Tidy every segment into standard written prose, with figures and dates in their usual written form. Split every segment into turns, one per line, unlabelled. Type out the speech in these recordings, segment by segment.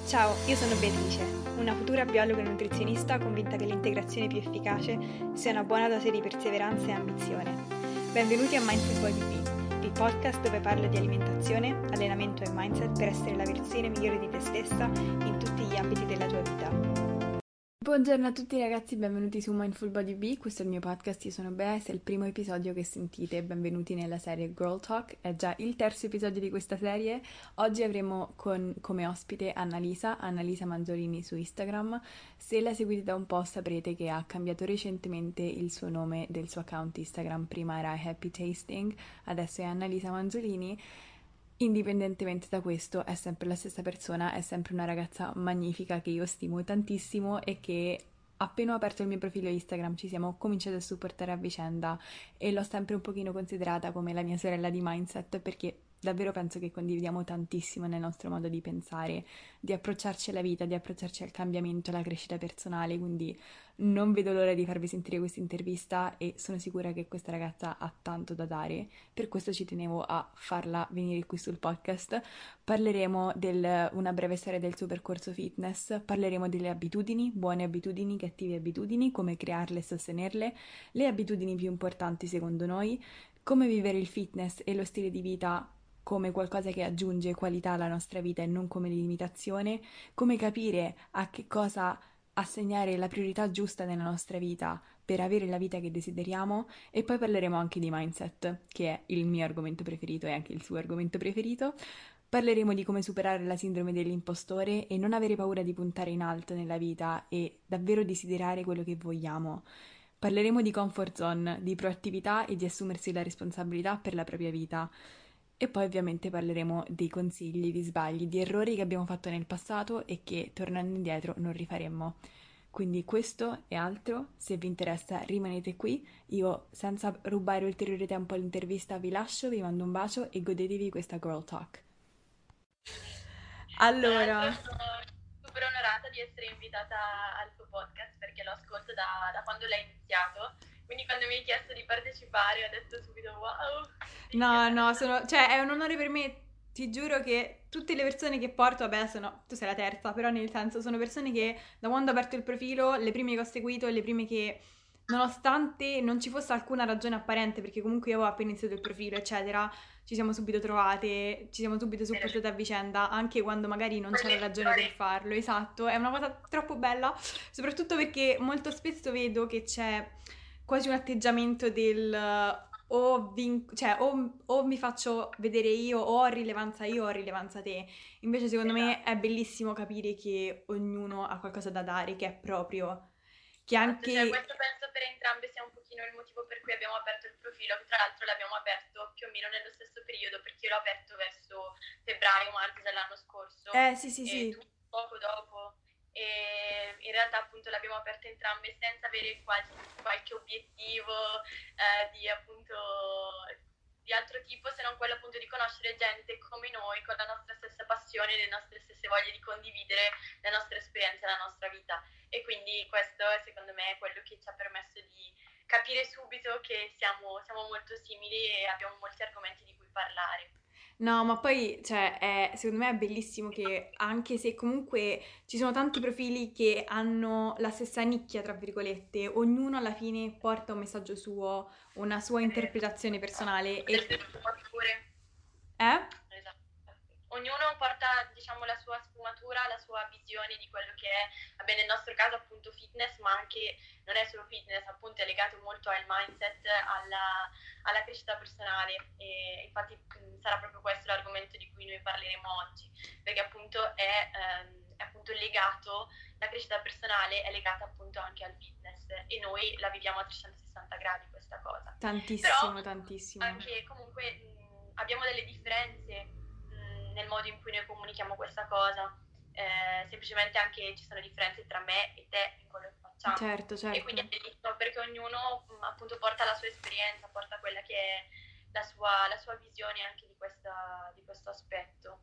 Ciao, io sono Beatrice, una futura biologa e nutrizionista convinta che l'integrazione più efficace sia una buona dose di perseveranza e ambizione. Benvenuti a Mindful Body Bee, il podcast dove parlo di alimentazione, allenamento e mindset per essere la versione migliore di te stessa in tutti gli ambiti della tua vita.
Buongiorno a tutti ragazzi, benvenuti su Mindful Body Bee, questo è il mio podcast, io sono Bea, se è il primo episodio che sentite, benvenuti nella serie Girl Talk, è già il terzo episodio di questa serie. Oggi avremo come ospite Annalisa Manzolini su Instagram. Se la seguite da un po' saprete che ha cambiato recentemente il suo nome del suo account Instagram, prima era Happy Tasting, adesso è Annalisa Manzolini. Indipendentemente da questo è sempre la stessa persona, è sempre una ragazza magnifica che io stimo tantissimo e che appena ho aperto il mio profilo Instagram ci siamo cominciati a supportare a vicenda e l'ho sempre un pochino considerata come la mia sorella di mindset perché davvero penso che condividiamo tantissimo nel nostro modo di pensare, di approcciarci alla vita, di approcciarci al cambiamento, alla crescita personale, quindi non vedo l'ora di farvi sentire questa intervista e sono sicura che questa ragazza ha tanto da dare, per questo ci tenevo a farla venire qui sul podcast. Parleremo di una breve storia del suo percorso fitness, parleremo delle abitudini, buone abitudini, cattive abitudini, come crearle e sostenerle, le abitudini più importanti secondo noi, come vivere il fitness e lo stile di vita come qualcosa che aggiunge qualità alla nostra vita e non come limitazione, come capire a che cosa assegnare la priorità giusta nella nostra vita per avere la vita che desideriamo e poi parleremo anche di mindset, che è il mio argomento preferito e anche il suo argomento preferito. Parleremo di come superare la sindrome dell'impostore e non avere paura di puntare in alto nella vita e davvero desiderare quello che vogliamo. Parleremo di comfort zone, di proattività e di assumersi la responsabilità per la propria vita. E poi ovviamente parleremo dei consigli, di sbagli, di errori che abbiamo fatto nel passato e che tornando indietro non rifaremmo. Quindi questo e altro, se vi interessa rimanete qui, io senza rubare ulteriore tempo all'intervista vi lascio, vi mando un bacio e godetevi questa Girl Talk.
Tra
Allora,
l'altro sono super onorata di essere invitata al tuo podcast perché lo ascolto da quando l'hai iniziato, quindi quando mi hai chiesto di partecipare ho detto subito wow.
cioè è un onore per me, ti giuro che tutte le persone che porto, vabbè, tu sei la terza, però nel senso sono persone che da quando ho aperto il profilo, le prime che ho seguito, le prime che nonostante non ci fosse alcuna ragione apparente, perché comunque io avevo appena iniziato il profilo, eccetera, ci siamo subito trovate, ci siamo subito supportate a vicenda, anche quando magari non c'era ragione per farlo, esatto, è una cosa troppo bella, soprattutto perché molto spesso vedo che c'è quasi un atteggiamento del o mi faccio vedere io, o ho rilevanza te. Invece secondo me è bellissimo capire che ognuno ha qualcosa da dare, che è proprio, che
Esatto, cioè
anche...
questo penso per entrambe sia un pochino il motivo per cui abbiamo aperto il profilo, che tra l'altro l'abbiamo aperto più o meno nello stesso periodo, perché io l'ho aperto verso febbraio-marzo dell'anno scorso
Sì, sì,
e
sì.
tu poco dopo. E in realtà appunto l'abbiamo aperto entrambe senza avere qualche obiettivo di appunto di altro tipo, se non quello appunto di conoscere gente come noi, con la nostra stessa passione, le nostre stesse voglie di condividere le nostre esperienze, la nostra vita. E quindi questo secondo me è quello che ci ha permesso di capire subito che siamo molto simili e abbiamo molti argomenti di cui parlare.
No, ma poi, cioè, secondo me è bellissimo che anche se comunque ci sono tanti profili che hanno la stessa nicchia, tra virgolette, ognuno alla fine porta un messaggio suo, una sua interpretazione personale
Delle
e...
sue sfumature.
Eh?
Esatto. Ognuno porta, diciamo, la sua sfumatura, la sua visione di quello che è, vabbè, nel nostro caso appunto fitness, ma anche non è solo fitness, appunto è legato molto al mindset, alla crescita personale e infatti sarà proprio questo l'argomento di cui noi parleremo oggi, perché appunto è appunto legato, la crescita personale è legata appunto anche al fitness e noi la viviamo a 360 gradi questa cosa. Però
Tantissimo, tantissimo.
anche comunque abbiamo delle differenze nel modo in cui noi comunichiamo questa cosa, semplicemente anche ci sono differenze tra me e te in quello che facciamo.
Certo,
E quindi
certo.
è bellissimo perché ognuno appunto porta la sua esperienza, porta quella che è la sua visione anche di questo aspetto.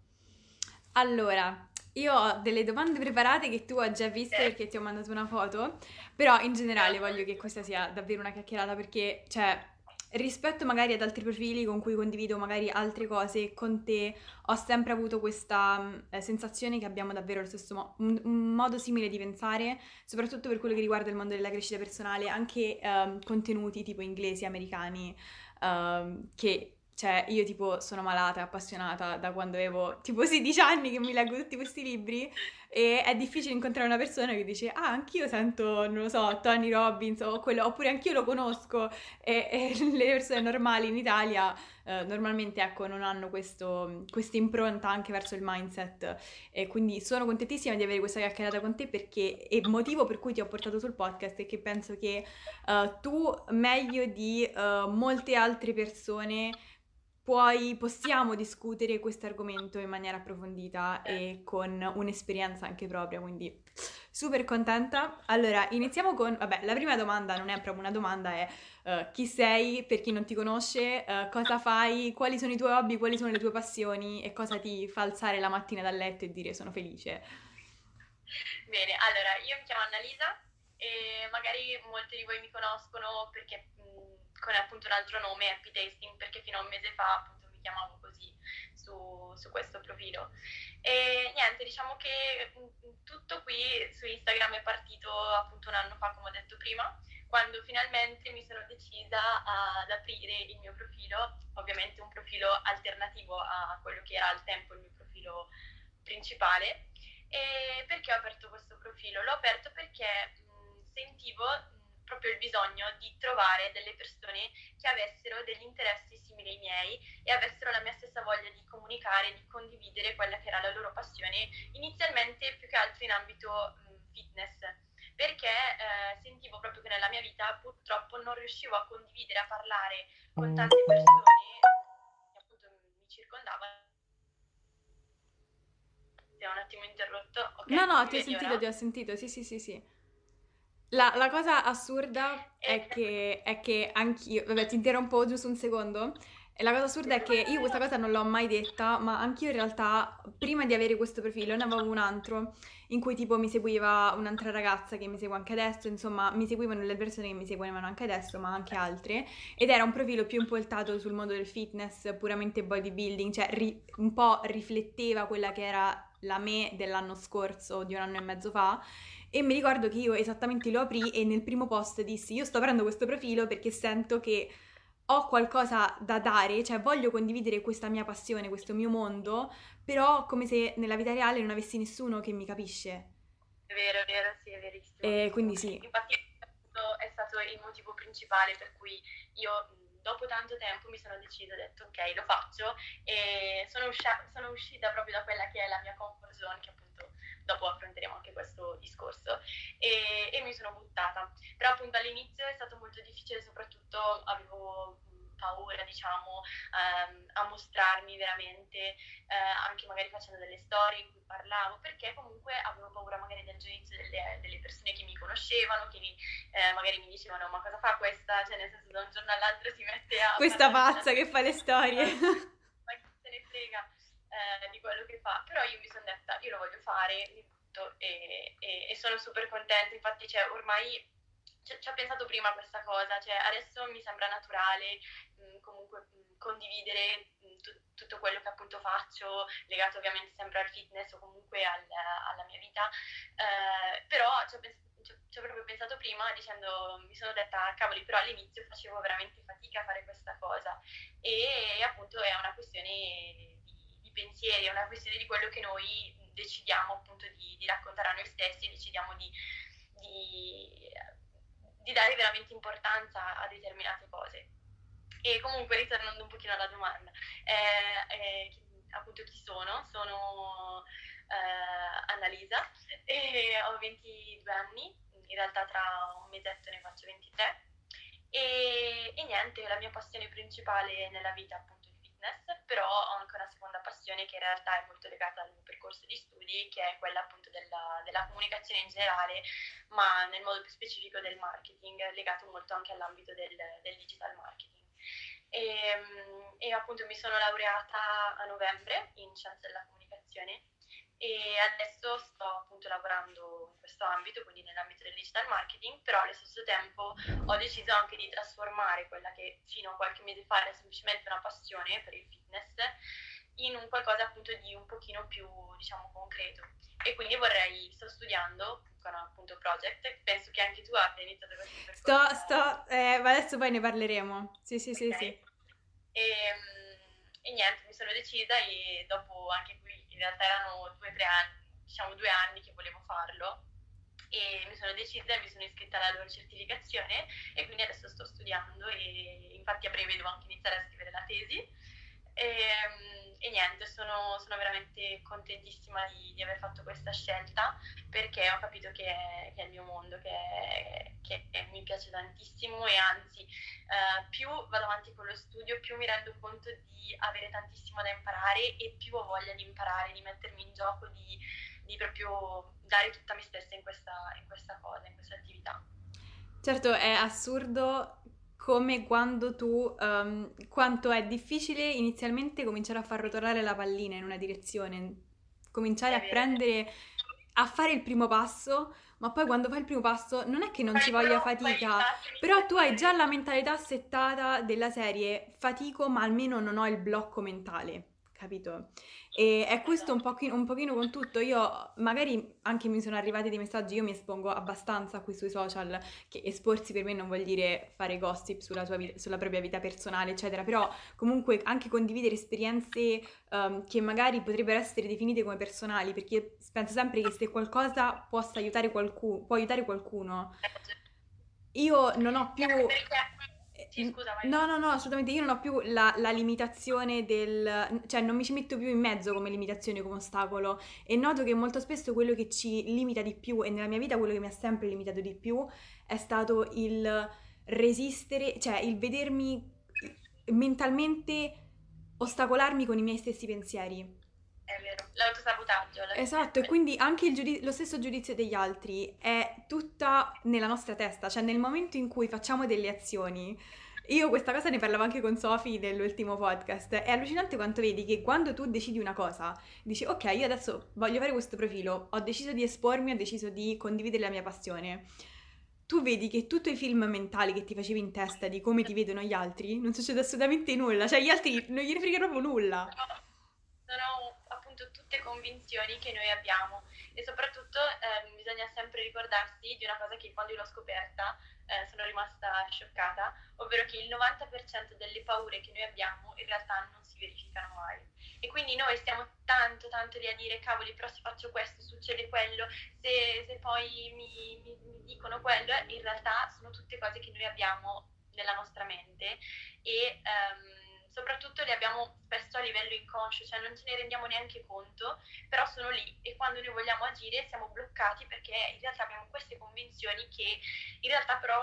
Allora, io ho delle domande preparate che tu hai già visto perché ti ho mandato una foto, però in generale voglio che questa sia davvero una chiacchierata perché, cioè, rispetto magari ad altri profili con cui condivido magari altre cose, con te ho sempre avuto questa sensazione che abbiamo davvero lo stesso un modo simile di pensare, soprattutto per quello che riguarda il mondo della crescita personale, anche contenuti tipo inglesi, americani, che cioè io tipo sono malata e appassionata da quando avevo tipo 16 anni che mi leggo tutti questi libri e è difficile incontrare una persona che dice ah anch'io sento, non lo so, Tony Robbins o quello, oppure anch'io lo conosco e le persone normali in Italia normalmente ecco non hanno questa impronta anche verso il mindset e quindi sono contentissima di avere questa chiacchierata con te perché il motivo per cui ti ho portato sul podcast è che penso che tu meglio di molte altre persone possiamo discutere questo argomento in maniera approfondita e con un'esperienza anche propria, quindi super contenta. Allora, iniziamo con, vabbè, la prima domanda non è proprio una domanda, è chi sei, per chi non ti conosce, cosa fai, quali sono i tuoi hobby, quali sono le tue passioni e cosa ti fa alzare la mattina dal letto e dire sono felice.
Bene, allora io mi chiamo Annalisa e magari molti di voi mi conoscono perché con appunto un altro nome, Happy Tasting, perché fino a un mese fa appunto mi chiamavo così su questo profilo. E niente, diciamo che tutto qui su Instagram è partito appunto un anno fa, come ho detto prima, quando finalmente mi sono decisa ad aprire il mio profilo, ovviamente un profilo alternativo a quello che era al tempo il mio profilo principale. E perché ho aperto questo profilo? L'ho aperto perché sentivo proprio il bisogno di trovare delle persone che avessero degli interessi simili ai miei e avessero la mia stessa voglia di comunicare, di condividere quella che era la loro passione, inizialmente più che altro in ambito fitness, perché sentivo proprio che nella mia vita purtroppo non riuscivo a condividere, a parlare con tante persone che appunto mi circondavano. Ti ho un attimo interrotto, ok,
No,
mi vedi ora?
ti ho sentito, sì, sì, sì, sì. La cosa assurda
E...
è che anch'io, vabbè, ti interrompo giusto un secondo. E la cosa assurda è che io questa cosa non l'ho mai detta, ma anch'io in realtà, prima di avere questo profilo, ne avevo un altro in cui tipo mi seguiva un'altra ragazza che mi segue anche adesso, insomma, mi seguivano le persone che mi seguivano anche adesso, ma anche altre, ed era un profilo più impoltato sul mondo del fitness, puramente bodybuilding, cioè un po' rifletteva quella che era la me dell'anno scorso, di un anno e mezzo fa. E mi ricordo che io esattamente lo aprì e nel primo post dissi io sto aprendo questo profilo perché sento che ho qualcosa da dare, cioè voglio condividere questa mia passione, questo mio mondo, però come se nella vita reale non avessi nessuno che mi capisce.
È vero, sì, è verissimo,
E
verissimo.
quindi sì.
Infatti questo è stato il motivo principale per cui io dopo tanto tempo mi sono decisa, ho detto ok, lo faccio e sono uscita proprio da quella che è la mia comfort zone, che appunto dopo affronteremo anche questo discorso, e mi sono buttata. Però appunto all'inizio è stato molto difficile, soprattutto avevo paura, diciamo, a mostrarmi veramente, anche magari facendo delle storie in cui parlavo, perché comunque avevo paura magari del giudizio delle persone che mi conoscevano, che magari mi dicevano ma cosa fa questa, cioè nel senso da un giorno all'altro si mette a
Questa
parlare
pazza
dell'altra
che fa le storie.
persona, ma chi se ne frega di quello che fa, però io mi sono detta io lo voglio fare, mi butto e sono super contenta, infatti cioè, ormai ci ho pensato prima a questa cosa, cioè adesso mi sembra naturale comunque condividere tutto quello che appunto faccio, legato ovviamente sempre al fitness o comunque alla mia vita, però ci ho proprio pensato prima dicendo, mi sono detta cavoli, però all'inizio facevo veramente fatica a fare questa cosa e appunto è una questione di pensieri, è una questione di quello che noi decidiamo appunto di raccontare a noi stessi, decidiamo di, di dare veramente importanza a determinate cose. E comunque ritornando un pochino alla domanda, appunto chi sono? Sono Annalisa e ho 22 anni, in realtà tra un mesetto ne faccio 23 e niente, la mia passione principale nella vita è appunto il fitness, però ho anche una seconda passione che in realtà è molto legata al mio percorso di studi, che è quella appunto della comunicazione in generale, ma nel modo più specifico del marketing, legato molto anche all'ambito del digital marketing. E appunto mi sono laureata a novembre in scienze della comunicazione e adesso sto appunto lavorando in questo ambito, quindi nell'ambito del digital marketing, però allo stesso tempo ho deciso anche di trasformare quella che fino a qualche mese fa era semplicemente una passione per il fitness in un qualcosa appunto di un pochino più, diciamo, concreto. E quindi sto studiando con appunto Project, penso che anche tu abbia iniziato questo percorso.
Ma adesso poi ne parleremo. Sì, sì, sì,
Ok.
sì.
E niente, mi sono decisa e dopo anche qui in realtà erano 2 o 3 anni, diciamo 2 anni che volevo farlo e mi sono decisa e mi sono iscritta alla loro certificazione e quindi adesso sto studiando e infatti a breve devo anche iniziare a scrivere la tesi e niente, sono veramente contentissima di aver fatto questa scelta perché ho capito che è il mio mondo, che mi piace tantissimo e anzi più vado avanti con lo studio, più mi rendo conto di avere tantissimo da imparare e più ho voglia di imparare, di mettermi in gioco, di proprio dare tutta me stessa in questa cosa, in questa attività.
Certo, è assurdo come quando quanto è difficile inizialmente cominciare a far rotolare la pallina in una direzione, cominciare
È
a
vero.
a fare il primo passo, ma poi quando fai il primo passo non è che non ci voglia
Poi
fatica,
un attimo
però tu
inizia a
hai già la
correre.
mentalità settata della serie fatico, ma almeno non ho il blocco mentale, capito? E è questo
Esatto.
un pochino con tutto. Io magari anche mi sono arrivati dei messaggi, io mi espongo abbastanza qui sui social, che esporsi per me non vuol dire fare gossip sulla propria vita personale, eccetera, però comunque anche condividere esperienze che magari potrebbero essere definite come personali, perché io penso sempre che se qualcosa possa aiutare qualcuno, può aiutare qualcuno, io non ho
Sì,
più...
anche perché... Sì, scusa, vai.
No, no, no, assolutamente, io non ho più la limitazione cioè non mi ci metto più in mezzo come limitazione, come ostacolo e noto che molto spesso quello che ci limita di più e nella mia vita quello che mi ha sempre limitato di più è stato il resistere, cioè il vedermi mentalmente ostacolarmi con i miei stessi pensieri.
È vero, l'autosabotaggio alla fine è
Esatto, e
quello.
quindi anche lo stesso giudizio degli altri è tutta nella nostra testa, cioè nel momento in cui facciamo delle azioni. Io questa cosa ne parlavo anche con Sofi nell'ultimo podcast. È allucinante quanto vedi che quando tu decidi una cosa, dici ok, io adesso voglio fare questo profilo, ho deciso di espormi, ho deciso di condividere la mia passione. Tu vedi che tutti i film mentali che ti facevi in testa di come ti vedono gli altri, non succede assolutamente nulla, cioè gli altri non gliene frega proprio nulla.
Sono appunto tutte convinzioni che noi abbiamo e soprattutto bisogna sempre ricordarsi di una cosa che quando io l'ho scoperta sono rimasta scioccata, ovvero che il 90% delle paure che noi abbiamo in realtà non si verificano mai. E quindi noi stiamo tanto tanto lì a dire cavoli, però se faccio questo succede quello, se poi mi dicono quello, in realtà sono tutte cose che noi abbiamo nella nostra mente e soprattutto le abbiamo spesso a livello inconscio, cioè non ce ne rendiamo neanche conto, però sono lì e quando noi vogliamo agire siamo bloccati perché in realtà abbiamo queste convinzioni che in realtà però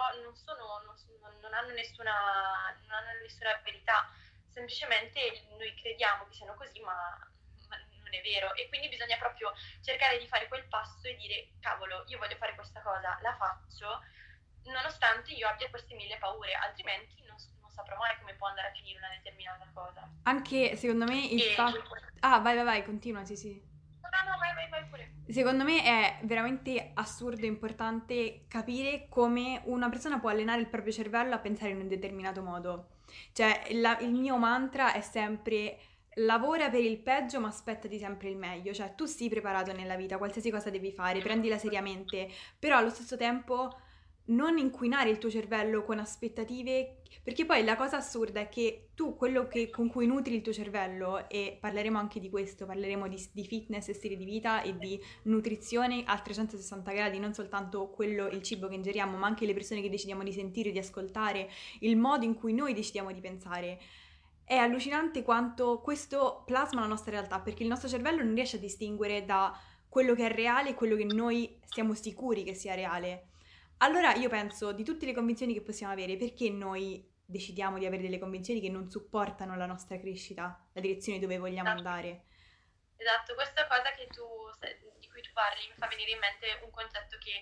non hanno nessuna verità, semplicemente noi crediamo che siano così, ma non è vero e quindi bisogna proprio cercare di fare quel passo e dire cavolo, io voglio fare questa cosa, la faccio nonostante io abbia queste 1000 paure, altrimenti non saprò mai come può andare a finire una determinata cosa.
Anche secondo me il
E
fatto... Ah, vai, vai, vai, continua, sì, sì.
no, vai pure.
Secondo me è veramente assurdo e importante capire come una persona può allenare il proprio cervello a pensare in un determinato modo. Cioè, il mio mantra è sempre lavora per il peggio, ma aspettati sempre il meglio. Cioè, tu sii preparato nella vita, qualsiasi cosa devi fare, prendila seriamente, però allo stesso tempo non inquinare il tuo cervello con aspettative, perché poi la cosa assurda è che tu con cui nutri il tuo cervello, e parleremo anche di questo, parleremo di fitness e stile di vita e di nutrizione a 360 gradi, non soltanto il cibo che ingeriamo, ma anche le persone che decidiamo di sentire, di ascoltare, il modo in cui noi decidiamo di pensare. È allucinante quanto questo plasma la nostra realtà, perché il nostro cervello non riesce a distinguere da quello che è reale e quello che noi siamo sicuri che sia reale. Allora io penso di tutte le convinzioni che possiamo avere, perché noi decidiamo di avere delle convinzioni che non supportano la nostra crescita, la direzione dove vogliamo
Esatto,
andare?
esatto, questa cosa di cui tu parli mi fa venire in mente un concetto che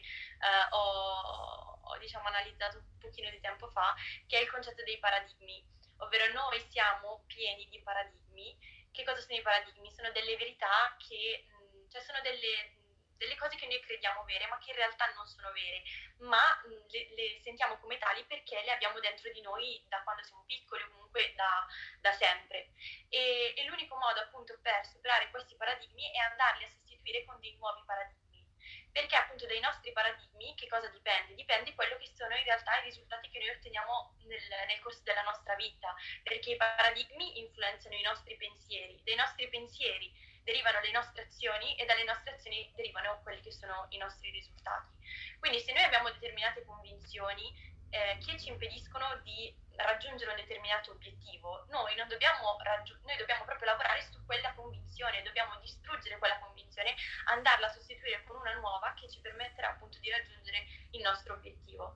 ho diciamo analizzato un pochino di tempo fa, che è il concetto dei paradigmi, ovvero noi siamo pieni di paradigmi. Che cosa sono i paradigmi? Sono delle verità cioè sono delle cose che noi crediamo vere, ma che in realtà non sono vere, ma le sentiamo come tali perché le abbiamo dentro di noi da quando siamo piccoli o comunque da sempre. E l'unico modo appunto per superare questi paradigmi è andarli a sostituire con dei nuovi paradigmi. Perché appunto dai nostri paradigmi che cosa dipende? Dipende quello che sono in realtà i risultati che noi otteniamo nel corso della nostra vita, perché i paradigmi influenzano i nostri pensieri, dai nostri pensieri derivano le nostre azioni e dalle nostre azioni derivano quelli che sono i nostri risultati. Quindi se noi abbiamo determinate convinzioni che ci impediscono di raggiungere un determinato obiettivo, noi dobbiamo proprio lavorare su quella convinzione, dobbiamo distruggere quella convinzione, andarla a sostituire con una nuova che ci permetterà appunto di raggiungere il nostro obiettivo.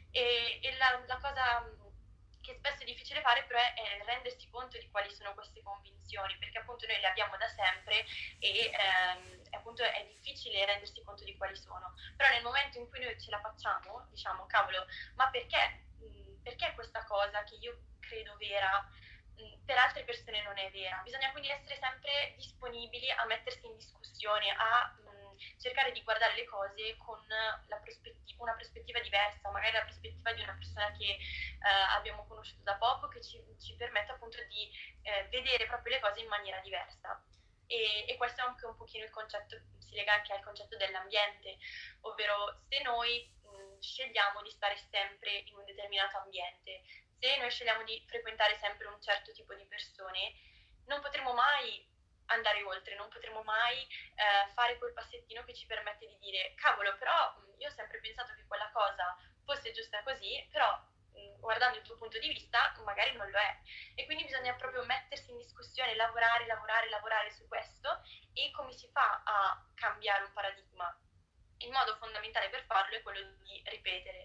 E la cosa che spesso è difficile fare però è rendersi conto di quali sono queste convinzioni, perché appunto noi le abbiamo da sempre e appunto è difficile rendersi conto di quali sono, però nel momento in cui noi ce la facciamo diciamo cavolo, ma perché questa cosa che io credo vera per altre persone non è vera? Bisogna quindi essere sempre disponibili a mettersi in discussione, a cercare di guardare le cose con una prospettiva diversa, magari la prospettiva di una persona che abbiamo conosciuto da poco, che ci permette appunto di vedere proprio le cose in maniera diversa. E questo è anche un pochino il concetto, si lega anche al concetto dell'ambiente, ovvero se noi scegliamo di stare sempre in un determinato ambiente, se noi scegliamo di frequentare sempre un certo tipo di persone, non potremo mai andare oltre, non potremo mai fare quel passettino che ci permette di dire cavolo, però io ho sempre pensato che quella cosa fosse giusta così, però guardando il tuo punto di vista magari non lo è, e quindi bisogna proprio mettersi in discussione, lavorare su questo. E come si fa a cambiare un paradigma? Il modo fondamentale per farlo è quello di ripetere,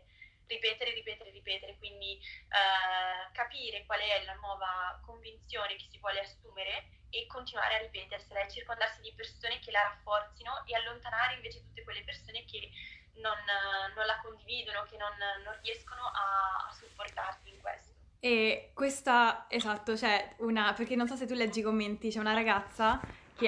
quindi capire qual è la nuova convinzione che si vuole assumere e continuare a ripetersela e circondarsi di persone che la rafforzino e allontanare invece tutte quelle persone che non la condividono, che non riescono a supportarti in questo.
E questa, esatto, cioè perché non so se tu leggi i commenti, c'è una ragazza che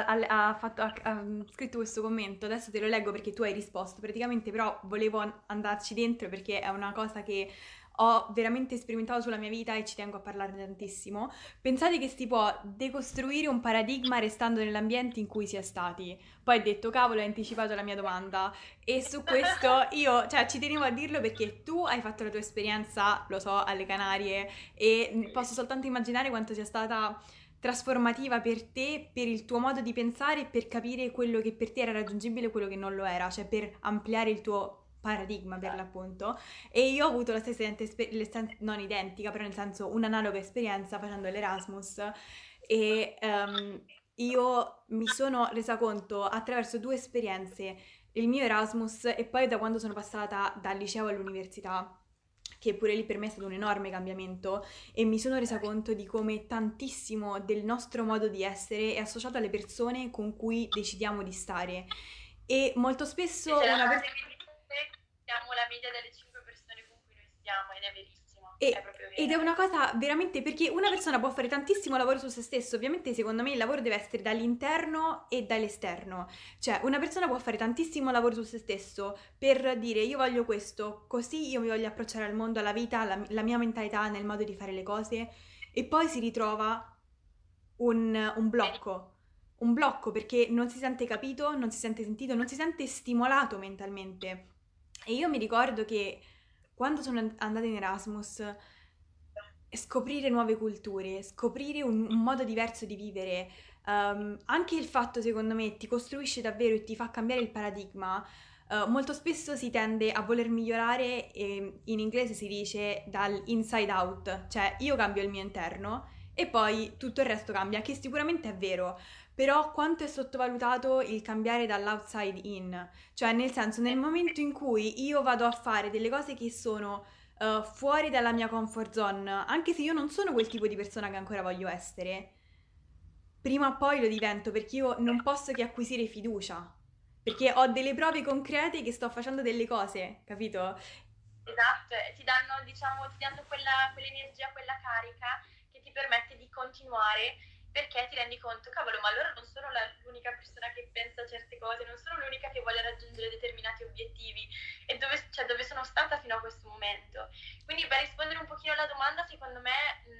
ha scritto questo commento, adesso te lo leggo perché tu hai risposto praticamente, però volevo andarci dentro perché è una cosa che ho veramente sperimentato sulla mia vita e ci tengo a parlarne tantissimo. Pensate che si può decostruire un paradigma restando nell'ambiente in cui si è stati. Poi hai detto, cavolo, hai anticipato la mia domanda. E su questo io, cioè, ci tenevo a dirlo perché tu hai fatto la tua esperienza, lo so, alle Canarie e posso soltanto immaginare quanto sia stata trasformativa per te, per il tuo modo di pensare e per capire quello che per te era raggiungibile e quello che non lo era, cioè per ampliare il tuo paradigma per l'appunto. E io ho avuto la stessa non identica, però nel senso un'analoga esperienza facendo l'Erasmus e io mi sono resa conto attraverso due esperienze, il mio Erasmus e poi da quando sono passata dal liceo all'università, che pure lì per me è stato un enorme cambiamento e mi sono resa conto di come tantissimo del nostro modo di essere è associato alle persone con cui decidiamo di stare. E molto spesso
C'è la
una
frase
persona...
che dice siamo la media delle 5 persone con cui noi stiamo, ed è verissimo, è proprio
Ed è
vero.
una cosa veramente perché una persona può fare tantissimo lavoro su se stesso, ovviamente secondo me il lavoro deve essere dall'interno e dall'esterno, cioè una persona può fare tantissimo lavoro su se stesso per dire io voglio questo, così io mi voglio approcciare al mondo, alla vita, la mia mentalità nel modo di fare le cose e poi si ritrova un blocco perché non si sente capito, non si sente sentito, non si sente stimolato mentalmente. E io mi ricordo che quando sono andata in Erasmus, scoprire nuove culture, scoprire un modo diverso di vivere, anche il fatto, secondo me, ti costruisce davvero e ti fa cambiare il paradigma. Molto spesso si tende a voler migliorare e in inglese si dice dal inside out, cioè io cambio il mio interno e poi tutto il resto cambia, che sicuramente è vero, però quanto è sottovalutato il cambiare dall'outside in, cioè nel senso nel momento in cui io vado a fare delle cose che sono fuori dalla mia comfort zone, anche se io non sono quel tipo di persona che ancora voglio essere, prima o poi lo divento perché io non posso che acquisire fiducia, perché ho delle prove concrete che sto facendo delle cose, capito?
Esatto, ti danno, diciamo, quell'energia, quella carica che ti permette di continuare perché ti rendi conto, cavolo, ma allora non sono l'unica persona che pensa certe cose, non sono l'unica che vuole raggiungere determinati obiettivi, e dove sono stata fino a questo momento. Quindi per rispondere un pochino alla domanda, secondo me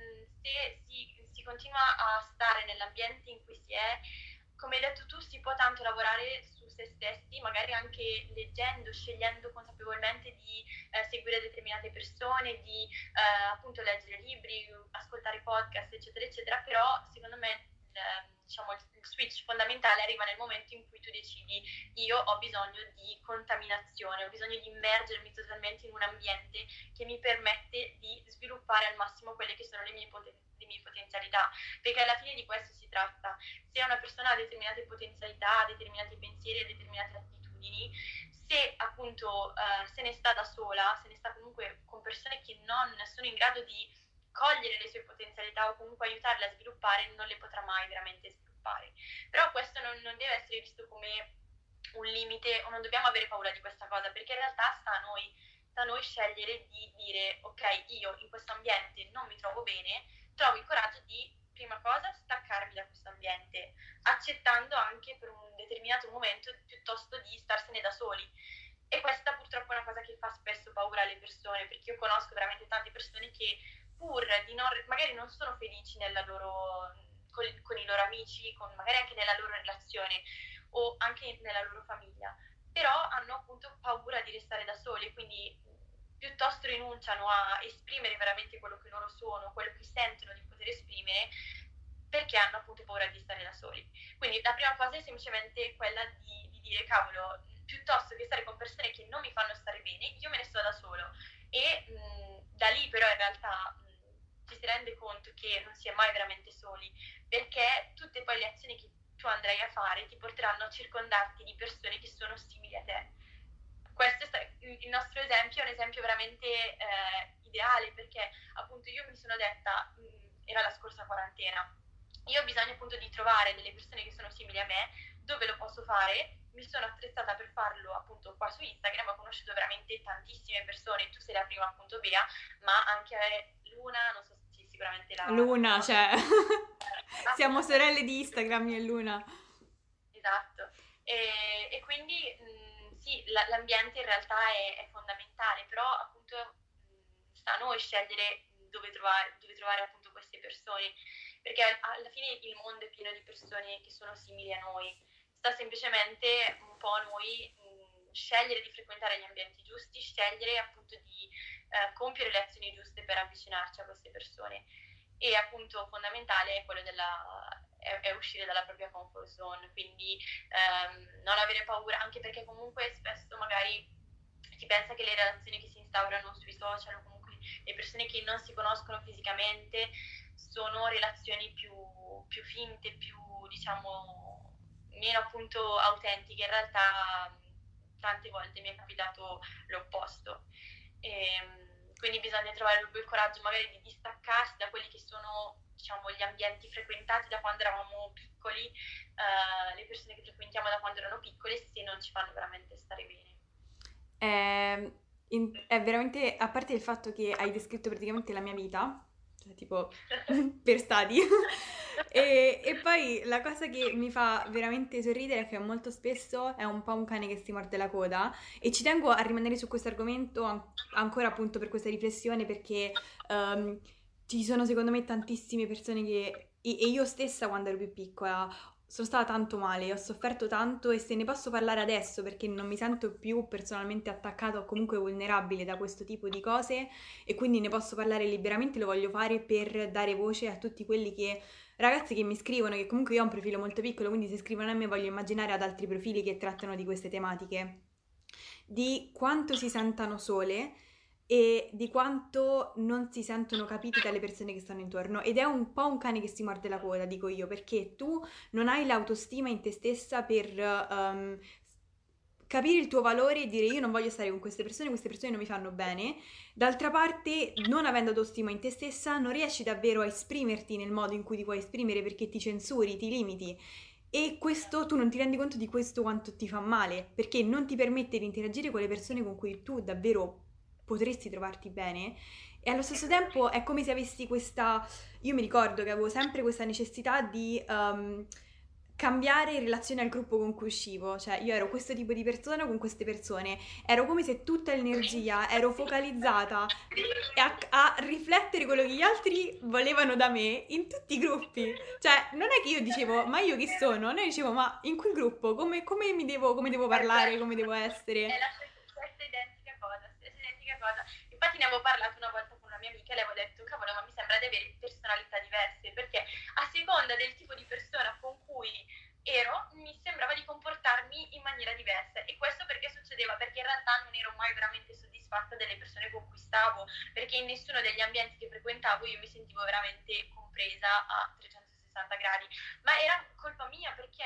se si continua a stare nell'ambiente in cui si è, come hai detto tu, si può tanto lavorare su se stessi, magari anche leggendo, scegliendo consapevolmente di seguire determinate persone, di appunto leggere libri, ascoltare podcast, eccetera, eccetera, però secondo me diciamo, il switch fondamentale arriva nel momento in cui tu decidi: io ho bisogno di contaminazione, ho bisogno di immergermi totalmente in un ambiente che mi permette di sviluppare al massimo quelle che sono le mie potenzialità, perché alla fine di questo si tratta. Se una persona ha determinate potenzialità, determinati pensieri e determinate attitudini, se appunto se ne sta da sola, se ne sta comunque con persone che non sono in grado di cogliere le sue potenzialità o comunque aiutarle a sviluppare, non le potrà mai veramente sviluppare. Però questo non deve essere visto come un limite, o non dobbiamo avere paura di questa cosa, perché in realtà sta a noi scegliere di dire: ok, io in questo ambiente non mi trovo bene, trovo il coraggio di, prima cosa, staccarmi da questo ambiente, accettando anche per un determinato momento piuttosto di starsene da soli. E questa purtroppo è una cosa che fa spesso paura alle persone, perché io conosco veramente tante persone che pur di magari non sono felici con i loro amici, magari anche nella loro relazione o anche nella loro famiglia, però hanno appunto paura di restare da soli, quindi piuttosto rinunciano a esprimere veramente quello che loro sono, quello che sentono di poter esprimere, perché hanno appunto paura di stare da soli. Quindi la prima cosa è semplicemente quella di dire: cavolo, piuttosto che stare con persone che non mi fanno stare bene, io me ne sto da solo. E da lì però in realtà ci si rende conto che non si è mai veramente soli, perché tutte poi le azioni che tu andrai a fare ti porteranno a circondarti di persone che sono simili a te. Questo è il nostro esempio, è un esempio veramente ideale, perché appunto io mi sono detta, era la scorsa quarantena, io ho bisogno appunto di trovare delle persone che sono simili a me. Dove lo posso fare? Mi sono attrezzata per farlo appunto qua su Instagram, ho conosciuto veramente tantissime persone, tu sei la prima appunto, Bea, ma anche Luna, non so se sicuramente la
Luna,
conosci.
cioè, siamo sorelle di Instagram io e Luna.
Esatto, e quindi sì, l'ambiente in realtà è fondamentale, però appunto sta a noi scegliere dove trovare appunto queste persone, perché alla fine il mondo è pieno di persone che sono simili a noi, sta semplicemente un po' a noi scegliere di frequentare gli ambienti giusti, scegliere appunto di compiere le azioni giuste per avvicinarci a queste persone. E appunto fondamentale è quello è uscire dalla propria comfort zone, quindi non avere paura, anche perché comunque spesso magari si pensa che le relazioni che si instaurano sui social, o comunque le persone che non si conoscono fisicamente, sono relazioni più finte, più diciamo meno appunto autentiche. In realtà tante volte mi è capitato l'opposto. Quindi bisogna trovare il coraggio magari di distaccarsi da quelli che sono, diciamo, gli ambienti frequentati da quando eravamo piccoli, le persone che frequentiamo da quando erano piccole, se non ci fanno veramente stare bene.
È veramente, a parte il fatto che hai descritto praticamente la mia vita, cioè tipo per stadi, e poi la cosa che mi fa veramente sorridere è che molto spesso è un po' un cane che si morde la coda, e ci tengo a rimanere su questo argomento ancora appunto per questa riflessione, perché ci sono secondo me tantissime persone e io stessa quando ero più piccola sono stata tanto male, ho sofferto tanto, e se ne posso parlare adesso perché non mi sento più personalmente attaccata o comunque vulnerabile da questo tipo di cose, e quindi ne posso parlare liberamente, lo voglio fare per dare voce a tutti quelli ragazzi che mi scrivono, che comunque io ho un profilo molto piccolo, quindi se scrivono a me voglio immaginare ad altri profili che trattano di queste tematiche, di quanto si sentano sole e di quanto non si sentono capiti dalle persone che stanno intorno, ed è un po' un cane che si morde la coda, dico io, perché tu non hai l'autostima in te stessa per capire il tuo valore e dire: io non voglio stare con queste persone non mi fanno bene. D'altra parte, non avendo autostima in te stessa, non riesci davvero a esprimerti nel modo in cui ti puoi esprimere, perché ti censuri, ti limiti. E questo tu non ti rendi conto di questo quanto ti fa male, perché non ti permette di interagire con le persone con cui tu davvero
potresti trovarti bene, e allo stesso tempo è come se avessi questa... Io mi ricordo che avevo sempre questa necessità di cambiare in relazione al gruppo con cui uscivo, cioè io ero questo tipo di persona con queste persone, ero come se tutta l'energia ero focalizzata a riflettere quello che gli altri volevano da me in tutti i gruppi. Cioè, non è che io dicevo, ma io chi sono? Noi dicevo, ma in quel gruppo come devo parlare, come devo essere?
È la stessa identica cosa, stessa identica cosa. Infatti ne avevo parlato una volta con una mia amica e le avevo detto, cavolo, ma mi sembra di avere personalità diverse, perché a seconda del tipo di persona con cui ero, mi sembrava di comportarmi in maniera diversa. E questo perché succedeva? Perché in realtà non ero mai veramente soddisfatta delle persone con cui stavo, perché in nessuno degli ambienti che frequentavo io mi sentivo veramente compresa a 360 gradi. Ma era colpa mia, perché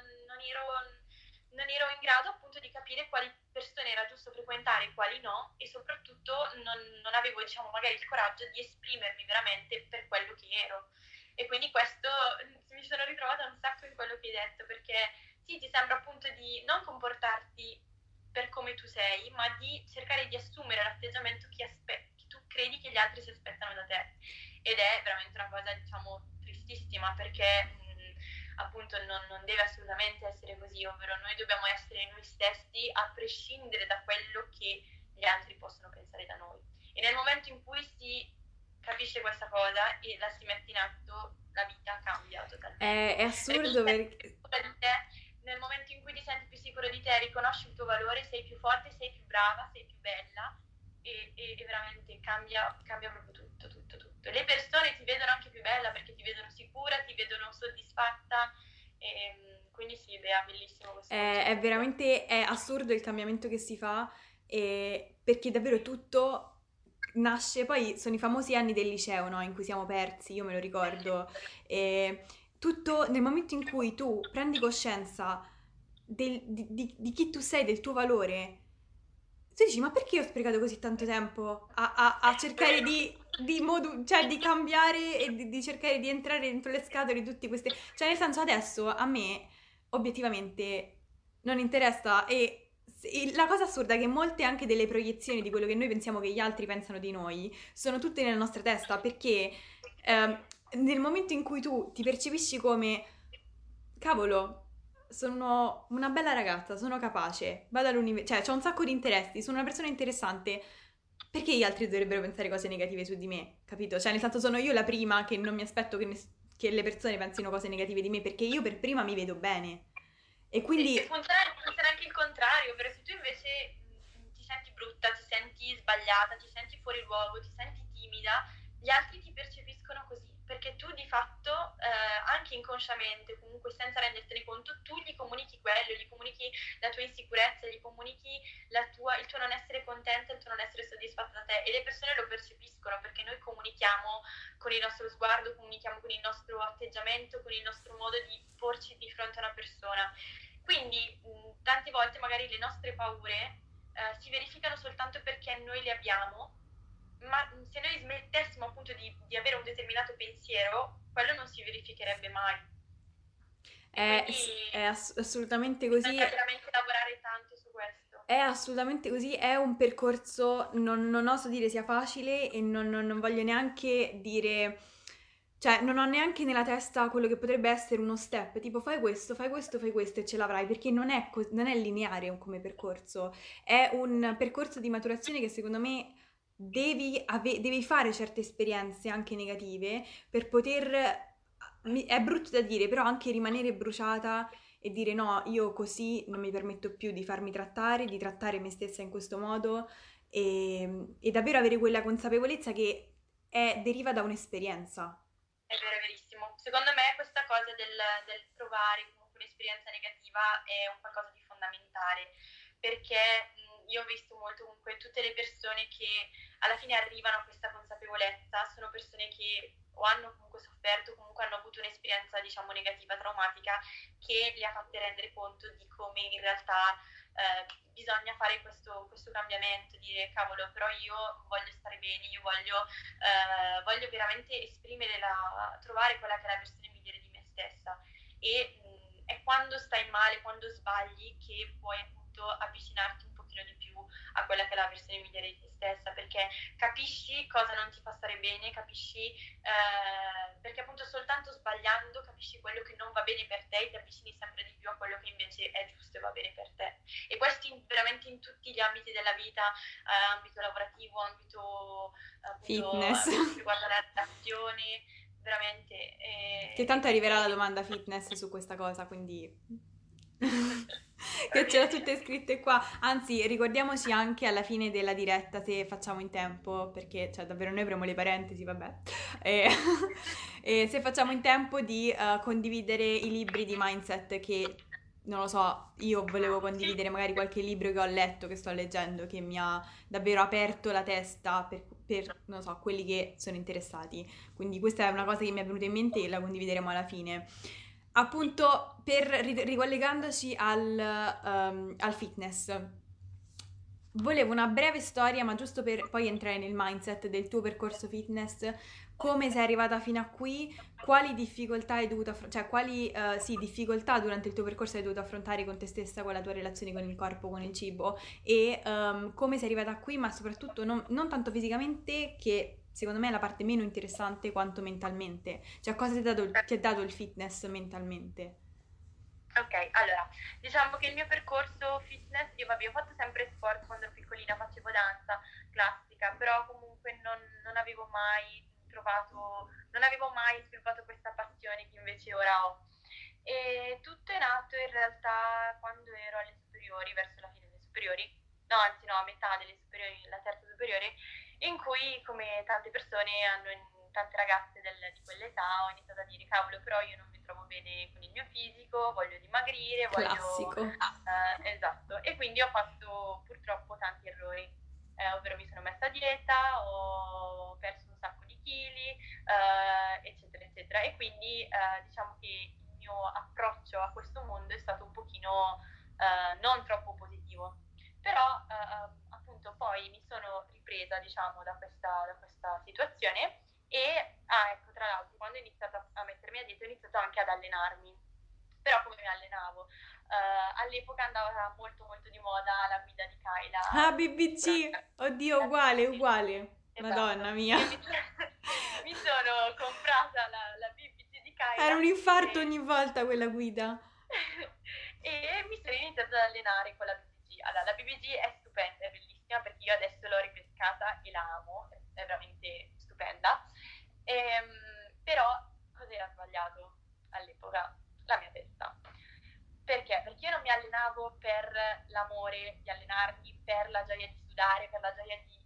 non ero in grado appunto di capire quali persone era giusto frequentare e quali no, e soprattutto non avevo, diciamo, magari il coraggio di esprimermi veramente per quello che ero. E quindi questo mi sono ritrovata un sacco in quello che hai detto, perché sì, ti sembra appunto di non comportarti per come tu sei, ma di cercare di assumere l'atteggiamento che tu credi che gli altri si aspettano da te. Ed è veramente una cosa, diciamo, tristissima, perché appunto non deve assolutamente essere così, ovvero noi dobbiamo essere noi stessi a prescindere da quello che gli altri possono pensare da noi. E nel momento in cui si capisce questa cosa e la si mette in atto, la vita cambia totalmente.
È assurdo perché...
Nel momento in cui ti senti più sicuro di te, riconosci il tuo valore, sei più forte, sei più brava, sei più bella, e veramente cambia proprio tutto. Le persone ti vedono anche più bella perché ti vedono sicura, ti vedono soddisfatta, quindi sì, Bea, bellissimo questo
È veramente è assurdo il cambiamento che si fa, perché davvero tutto nasce, poi sono i famosi anni del liceo, no? In cui siamo persi, io me lo ricordo, e tutto nel momento in cui tu prendi coscienza di chi tu sei, del tuo valore, tu dici, ma perché ho sprecato così tanto tempo a cercare cioè, di cambiare e di cercare di entrare dentro le scatole di tutti queste... Cioè, nel senso, adesso a me, obiettivamente, non interessa, e la cosa assurda è che molte anche delle proiezioni di quello che noi pensiamo che gli altri pensano di noi sono tutte nella nostra testa, perché nel momento in cui tu ti percepisci come, cavolo, sono una bella ragazza, sono capace, vado all'università, cioè ho un sacco di interessi, sono una persona interessante, perché gli altri dovrebbero pensare cose negative su di me, capito? Cioè nel senso sono io la prima che non mi aspetto che le persone pensino cose negative di me, perché io per prima mi vedo bene. E quindi...
E funziona anche il contrario, perché se tu invece ti senti brutta, ti senti sbagliata, ti senti fuori luogo, ti senti timida, gli altri ti percepiscono così, perché tu di fatto, anche inconsciamente, comunque senza rendertene conto, tu gli comunichi quello, gli comunichi la tua insicurezza, gli comunichi il tuo non essere contenta, il tuo non essere soddisfatta da te, e le persone lo percepiscono, perché noi comunichiamo con il nostro sguardo, comunichiamo con il nostro atteggiamento, con il nostro modo di porci di fronte a una persona. Quindi tante volte magari le nostre paure si verificano soltanto perché noi le abbiamo, ma se noi smettessimo appunto di avere un determinato pensiero, quello non si verificherebbe mai. E quindi
È assolutamente così.
bisogna veramente lavorare tanto su questo.
È assolutamente così, è un percorso, non oso dire sia facile e non voglio neanche dire, cioè non ho neanche nella testa quello che potrebbe essere uno step, tipo fai questo, fai questo, fai questo e ce l'avrai, perché non è lineare come percorso, è un percorso di maturazione che secondo me devi fare certe esperienze anche negative per poter, è brutto da dire, però anche rimanere bruciata e dire no, io così non mi permetto più di farmi trattare, di trattare me stessa in questo modo, e davvero avere quella consapevolezza che deriva da un'esperienza.
È vero, è verissimo. Secondo me questa cosa del provare comunque un'esperienza negativa è un qualcosa di fondamentale, perché io ho visto molto comunque tutte le persone che alla fine arrivano a questa consapevolezza, sono persone che o hanno comunque sofferto, comunque hanno avuto un'esperienza, diciamo, negativa, traumatica, che li ha fatte rendere conto di come in realtà bisogna fare questo cambiamento, dire cavolo, però io voglio stare bene, io voglio veramente trovare quella che è la versione migliore di me stessa, e è quando stai male, quando sbagli, che puoi appunto avvicinarti un pochino di più a quella che è la versione migliore di te stessa, perché capisci cosa non ti fa stare bene, capisci, perché appunto soltanto sbagliando capisci quello che non va bene per te e ti avvicini sempre di più a quello che invece è giusto e va bene per te. E questo veramente in tutti gli ambiti della vita, ambito lavorativo, ambito appunto,
fitness,
riguardo alle relazioni, veramente.
Che tanto arriverà la domanda fitness su questa cosa, quindi che ce l'ho tutte scritte qua. Anzi, ricordiamoci anche alla fine della diretta, se facciamo in tempo, perché cioè davvero noi apriamo le parentesi, vabbè. E, e se facciamo in tempo di condividere i libri di mindset che, non lo so, io volevo condividere magari qualche libro che ho letto, che sto leggendo, che mi ha davvero aperto la testa per non so, quelli che sono interessati. Quindi questa è una cosa che mi è venuta in mente e la condivideremo alla fine. Appunto, ricollegandoci al fitness, volevo una breve storia, ma giusto per poi entrare nel mindset del tuo percorso fitness, come sei arrivata fino a qui, quali difficoltà hai dovuto cioè quali sì, difficoltà durante il tuo percorso hai dovuto affrontare con te stessa, con la tua relazione con il corpo, con il cibo e come sei arrivata qui, ma soprattutto non tanto fisicamente, che secondo me è la parte meno interessante, quanto mentalmente. Cioè cosa ti ha dato il fitness mentalmente?
Ok, allora, diciamo che il mio percorso fitness, io vabbè, ho fatto sempre sport quando ero piccolina, facevo danza classica, però comunque non avevo mai non avevo mai sviluppato questa passione che invece ora ho. E tutto è nato in realtà quando ero alle superiori, verso la fine delle superiori, no, anzi no, a metà delle superiori, la terza superiore, in cui, come tante persone tante ragazze di quell'età, ho iniziato a dire, cavolo, però io non mi trovo bene con il mio fisico, voglio dimagrire,
Classico.
esatto, e quindi ho fatto purtroppo tanti errori, ovvero mi sono messa a dieta, ho perso un sacco di chili, eccetera, eccetera, e quindi diciamo che il mio approccio a questo mondo è stato un pochino non troppo positivo. Però appunto poi mi sono ripresa, diciamo, da questa situazione e, ecco, tra l'altro, quando ho iniziato a mettermi a dieta ho iniziato anche ad allenarmi. Però come mi allenavo? All'epoca andava molto molto di moda la guida di
Ah,
Kyla.
BBC! Oddio, uguale, uguale. Madonna
Esatto.
mia.
Io mi sono comprata la BBC di
Era un
Kyla
infarto ogni volta quella guida.
e mi sono iniziata ad allenare con la BBG. Allora, la BBG è stupenda, è bellissima perché io adesso l'ho ripescata e la amo, è veramente stupenda. Però cos'era sbagliato all'epoca? La mia testa. Perché? Perché io non mi allenavo per l'amore di allenarmi, per la gioia di sudare, per la gioia di...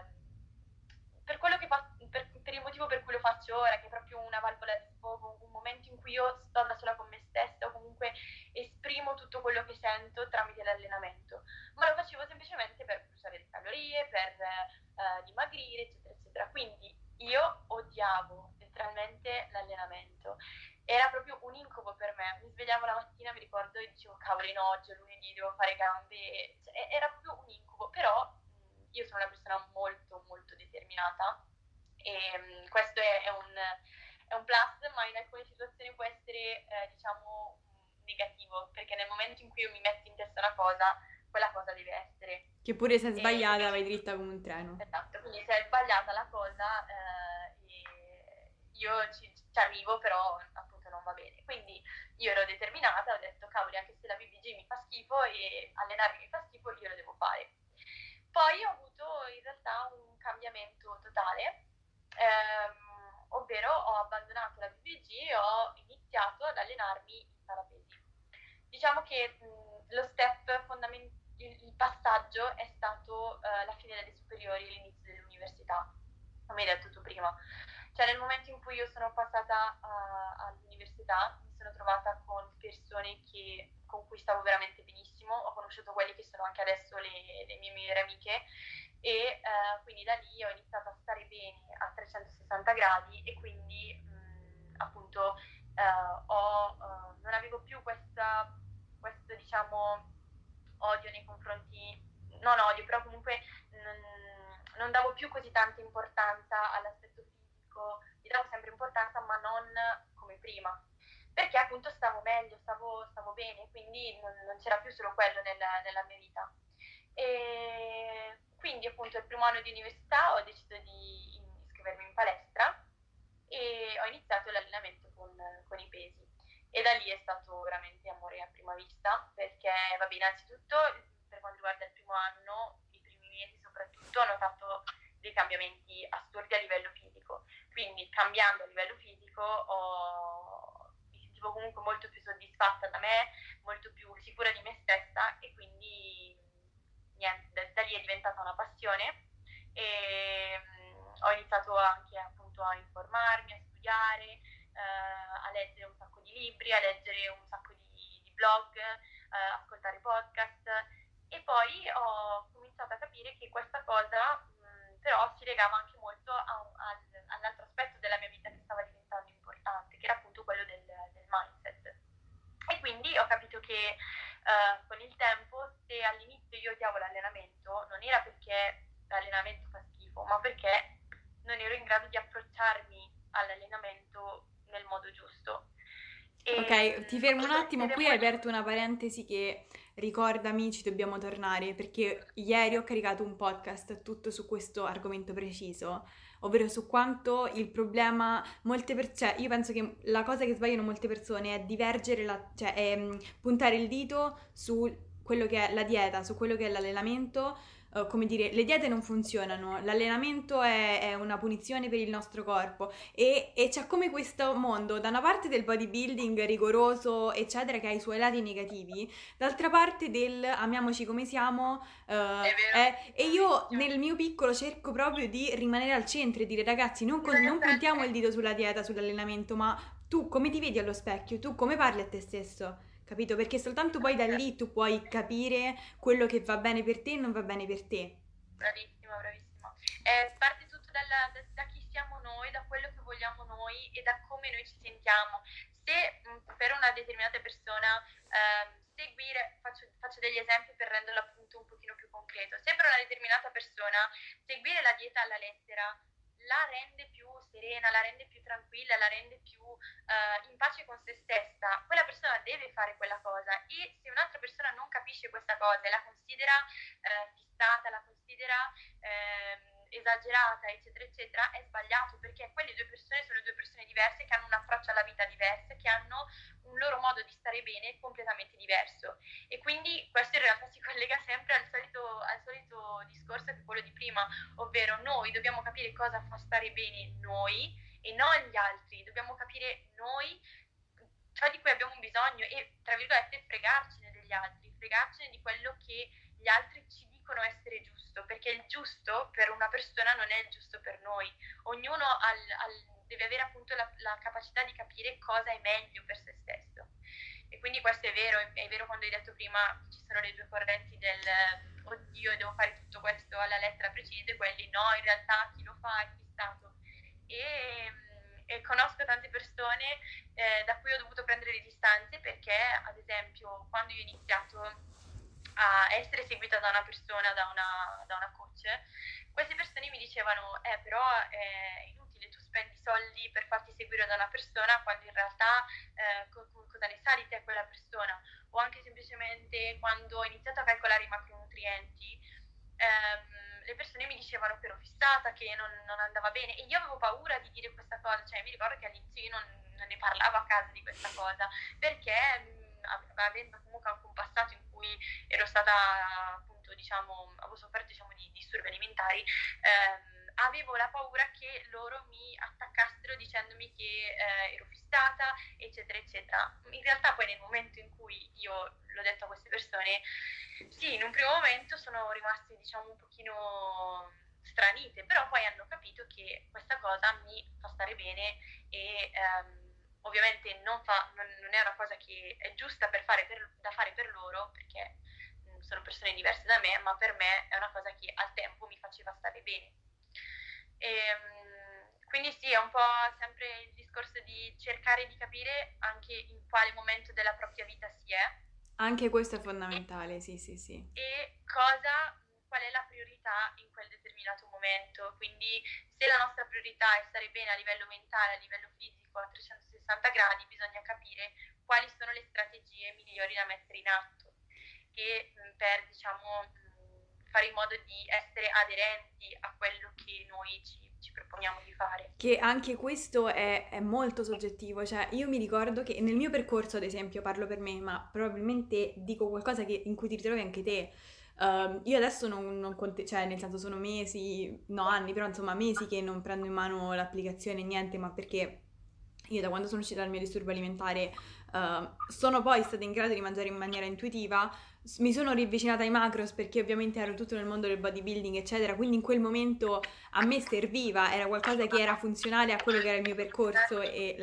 per quello che per il motivo per cui lo faccio ora, che è proprio una valvola di sfogo, un momento in cui io sto da sola con me stessa o comunque esprimo tutto quello che sento tramite l'allenamento, ma lo facevo semplicemente per bruciare le calorie, per dimagrire, eccetera, eccetera. Quindi io odiavo letteralmente l'allenamento. Era proprio un incubo per me. Mi svegliavo la mattina, mi ricordo, e dicevo, cavoli, no, oggi è lunedì, devo fare gambe. Cioè, era proprio un incubo, però io sono una persona molto, molto determinata e questo è un plus, ma in alcune situazioni può essere, diciamo, negativo, perché nel momento in cui io mi metto in testa una cosa, quella cosa deve essere.
Che pure se è sbagliata vai dritta come un treno.
Esatto, quindi se è sbagliata la cosa, io ci arrivo, però appunto non va bene. Quindi io ero determinata, ho detto, cavoli, anche se la BBG mi fa schifo e allenarmi mi fa schifo, io lo devo fare. Poi ho avuto in realtà un cambiamento totale, ovvero ho abbandonato la BBG e ho iniziato ad allenarmi in parapesi. Diciamo che lo step fondamentale, il passaggio è stato la fine delle superiori e l'inizio dell'università, come hai detto tu prima. Cioè nel momento in cui io sono passata all'università mi sono trovata con persone con cui stavo veramente benissimo, ho conosciuto quelli che sono anche adesso le mie migliori amiche e quindi da lì ho iniziato a stare bene a 360 gradi e quindi appunto non avevo più questo diciamo odio nei confronti, non odio, però comunque non davo più così tanta importanza all'aspetto fisico, gli davo sempre importanza ma non come prima, perché appunto stavo meglio, stavo bene, quindi non c'era più solo quello nella mia vita. E quindi appunto il primo anno di università ho deciso di iscrivermi in palestra e ho iniziato l'allenamento con i pesi. E da lì è stato veramente amore a prima vista, perché vabbè, innanzitutto per quanto riguarda il primo anno, i primi mesi soprattutto, ho notato dei cambiamenti assurdi a livello fisico. Quindi cambiando a livello fisico mi sentivo comunque molto più soddisfatta da me, molto più sicura di me stessa e quindi niente, da lì è diventata una passione e ho iniziato anche appunto a informarmi, a studiare, a leggere un sacco di libri, a leggere un sacco di blog, ascoltare podcast e poi ho cominciato a capire che questa cosa però si legava anche molto all'altro aspetto della mia vita che stava diventando importante, che era appunto quello del mindset. E quindi ho capito che con il tempo, se all'inizio io odiavo l'allenamento, non era perché l'allenamento fa schifo, ma perché non ero in grado di approcciarmi all'allenamento nel modo giusto.
Ok, ti fermo un attimo, qui hai
poi...
aperto una parentesi che ricordami, ci dobbiamo tornare perché ieri ho caricato un podcast tutto su questo argomento preciso, ovvero su quanto il problema, cioè io penso che la cosa che sbagliano molte persone è divergere, cioè è puntare il dito su quello che è la dieta, su quello che è l'allenamento. Come dire, le diete non funzionano, l'allenamento è una punizione per il nostro corpo e c'è come questo mondo, da una parte del bodybuilding rigoroso, eccetera, che ha i suoi lati negativi, d'altra parte del amiamoci come siamo,
È vero,
e io
bravissimo.
nel mio piccolo cerco proprio di rimanere al centro e dire ragazzi, non puntiamo il dito sulla dieta, sull'allenamento, ma tu come ti vedi allo specchio, tu come parli a te stesso. Capito? Perché soltanto poi da lì tu puoi capire quello che va bene per te e non va bene per te.
Bravissima, bravissima. Parte tutto da chi siamo noi, da quello che vogliamo noi e da come noi ci sentiamo. Se per una determinata persona seguire, faccio degli esempi per renderlo appunto un pochino più concreto, se per una determinata persona seguire la dieta alla lettera la rende più serena, la rende più tranquilla, la rende più in pace con se stessa, quella persona deve fare quella cosa e se un'altra persona non capisce questa cosa e la considera fissata, la considera esagerata, eccetera, eccetera, è sbagliato perché quelle due persone sono due persone diverse che hanno un approccio alla vita diverso, che hanno un loro modo di stare bene completamente diverso. E quindi questo in realtà si collega sempre al solito discorso che è quello di prima, ovvero noi dobbiamo capire cosa fa stare bene noi e non gli altri, dobbiamo capire noi ciò di cui abbiamo bisogno e, tra virgolette, fregarcene degli altri, fregarcene di quello che gli altri ci dicono essere giusto, perché il giusto per una persona non è il giusto per noi. Ognuno deve avere appunto la capacità di capire cosa è meglio per se stesso. E quindi questo è vero quando hai detto prima ci sono le due correnti del oddio, devo fare tutto questo alla lettera precisa e quelli no, in realtà chi lo fa è fissato. E conosco tante persone da cui ho dovuto prendere le distanze perché, ad esempio, quando io ho iniziato a essere seguita da una persona, da una coach, queste persone mi dicevano, però è inutile, tu spendi soldi per farti seguire da una persona quando in realtà cosa ne sa di te quella persona, o anche semplicemente quando ho iniziato a calcolare i macronutrienti, le persone mi dicevano che ero fissata, che non andava bene e io avevo paura di dire questa cosa, cioè mi ricordo che all'inizio io non ne parlavo a casa di questa cosa perché avendo comunque anche un passato in cui ero stata appunto diciamo, avevo sofferto diciamo di disturbi alimentari, avevo la paura che loro mi attaccassero dicendomi che ero fissata, eccetera, eccetera. In realtà poi nel momento in cui io l'ho detto a queste persone, sì, in un primo momento sono rimaste diciamo un pochino stranite, però poi hanno capito che questa cosa mi fa stare bene e ovviamente non è una cosa che è giusta da fare per loro, perché sono persone diverse da me, ma per me è una cosa che al tempo mi faceva stare bene. Quindi sì, è un po' sempre il discorso di cercare di capire anche in quale momento della propria vita si è.
Anche questo è fondamentale, sì, sì, sì.
E qual è la priorità in quel determinato momento. Quindi se la nostra priorità è stare bene a livello mentale, a livello fisico, a 360 gradi, bisogna capire quali sono le strategie migliori da mettere in atto e per, diciamo, fare in modo di essere aderenti a quello che noi ci proponiamo di fare.
Che anche questo è molto soggettivo, cioè io mi ricordo che nel mio percorso, ad esempio, parlo per me, ma probabilmente dico qualcosa in cui ti ritrovi anche te. Io adesso cioè nel senso sono mesi, no anni, però insomma mesi che non prendo in mano l'applicazione, niente, ma perché io da quando sono uscita dal mio disturbo alimentare sono poi stata in grado di mangiare in maniera intuitiva, mi sono riavvicinata ai macros perché ovviamente ero tutto nel mondo del bodybuilding eccetera, quindi in quel momento a me serviva, era qualcosa che era funzionale a quello che era il mio percorso e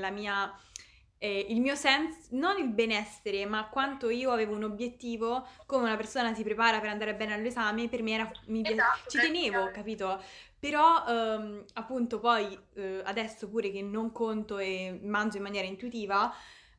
il mio senso, non il benessere, ma quanto io avevo un obiettivo, come una persona si prepara per andare bene all'esame, per me era,
Esatto,
ci tenevo, capito? Però appunto poi adesso pure che non conto e mangio in maniera intuitiva,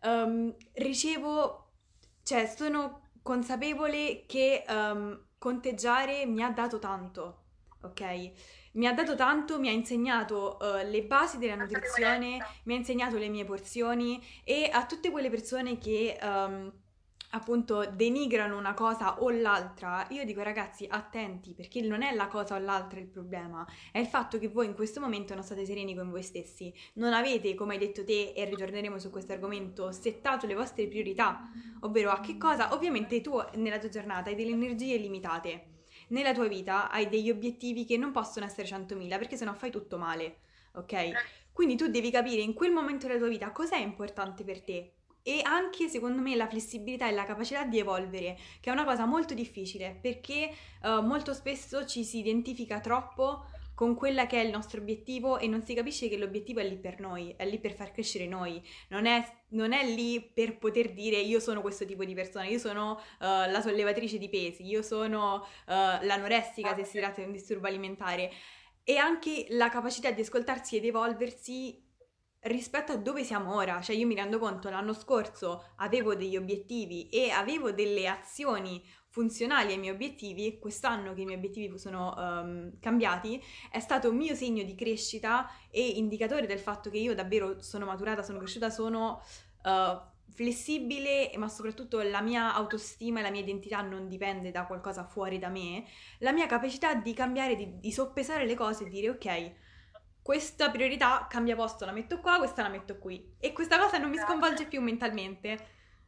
ricevo, cioè sono consapevole che conteggiare mi ha dato tanto, ok? Mi ha dato tanto, mi ha insegnato le basi della nutrizione,
consapevolezza.
mi ha insegnato le mie porzioni e a tutte quelle persone che appunto denigrano una cosa o l'altra, io dico ragazzi attenti perché non è la cosa o l'altra il problema, è il fatto che voi in questo momento non state sereni con voi stessi, non avete, come hai detto te, e ritorneremo su questo argomento, settato le vostre priorità, ovvero a che cosa, ovviamente tu nella tua giornata hai delle energie limitate. Nella tua vita hai degli obiettivi che non possono essere 100.000 perché sennò fai tutto male, ok?
Bravissimo.
Quindi tu devi capire in quel momento della tua vita cosa è importante per te e anche secondo me la flessibilità e la capacità di evolvere, che è una cosa molto difficile perché molto spesso ci si identifica troppo con quella che è il nostro obiettivo e non si capisce che l'obiettivo è lì per noi, è lì per far crescere noi, non è lì per poter dire io sono questo tipo di persona, io sono la sollevatrice di pesi, io sono l'anorestica se si tratta di un disturbo alimentare e anche la capacità di ascoltarsi ed evolversi rispetto a dove siamo ora. Cioè io mi rendo conto, l'anno scorso avevo degli obiettivi e avevo delle azioni funzionali ai miei obiettivi, quest'anno che i miei obiettivi sono cambiati, è stato un mio segno di crescita e indicatore del fatto che io davvero sono maturata, sono cresciuta, sono flessibile, ma soprattutto la mia autostima e la mia identità non dipende da qualcosa fuori da me, la mia capacità di cambiare, di soppesare le cose e dire ok, questa priorità cambia posto, la metto qua, questa la metto qui. E questa cosa non mi sconvolge
Esatto.
più mentalmente.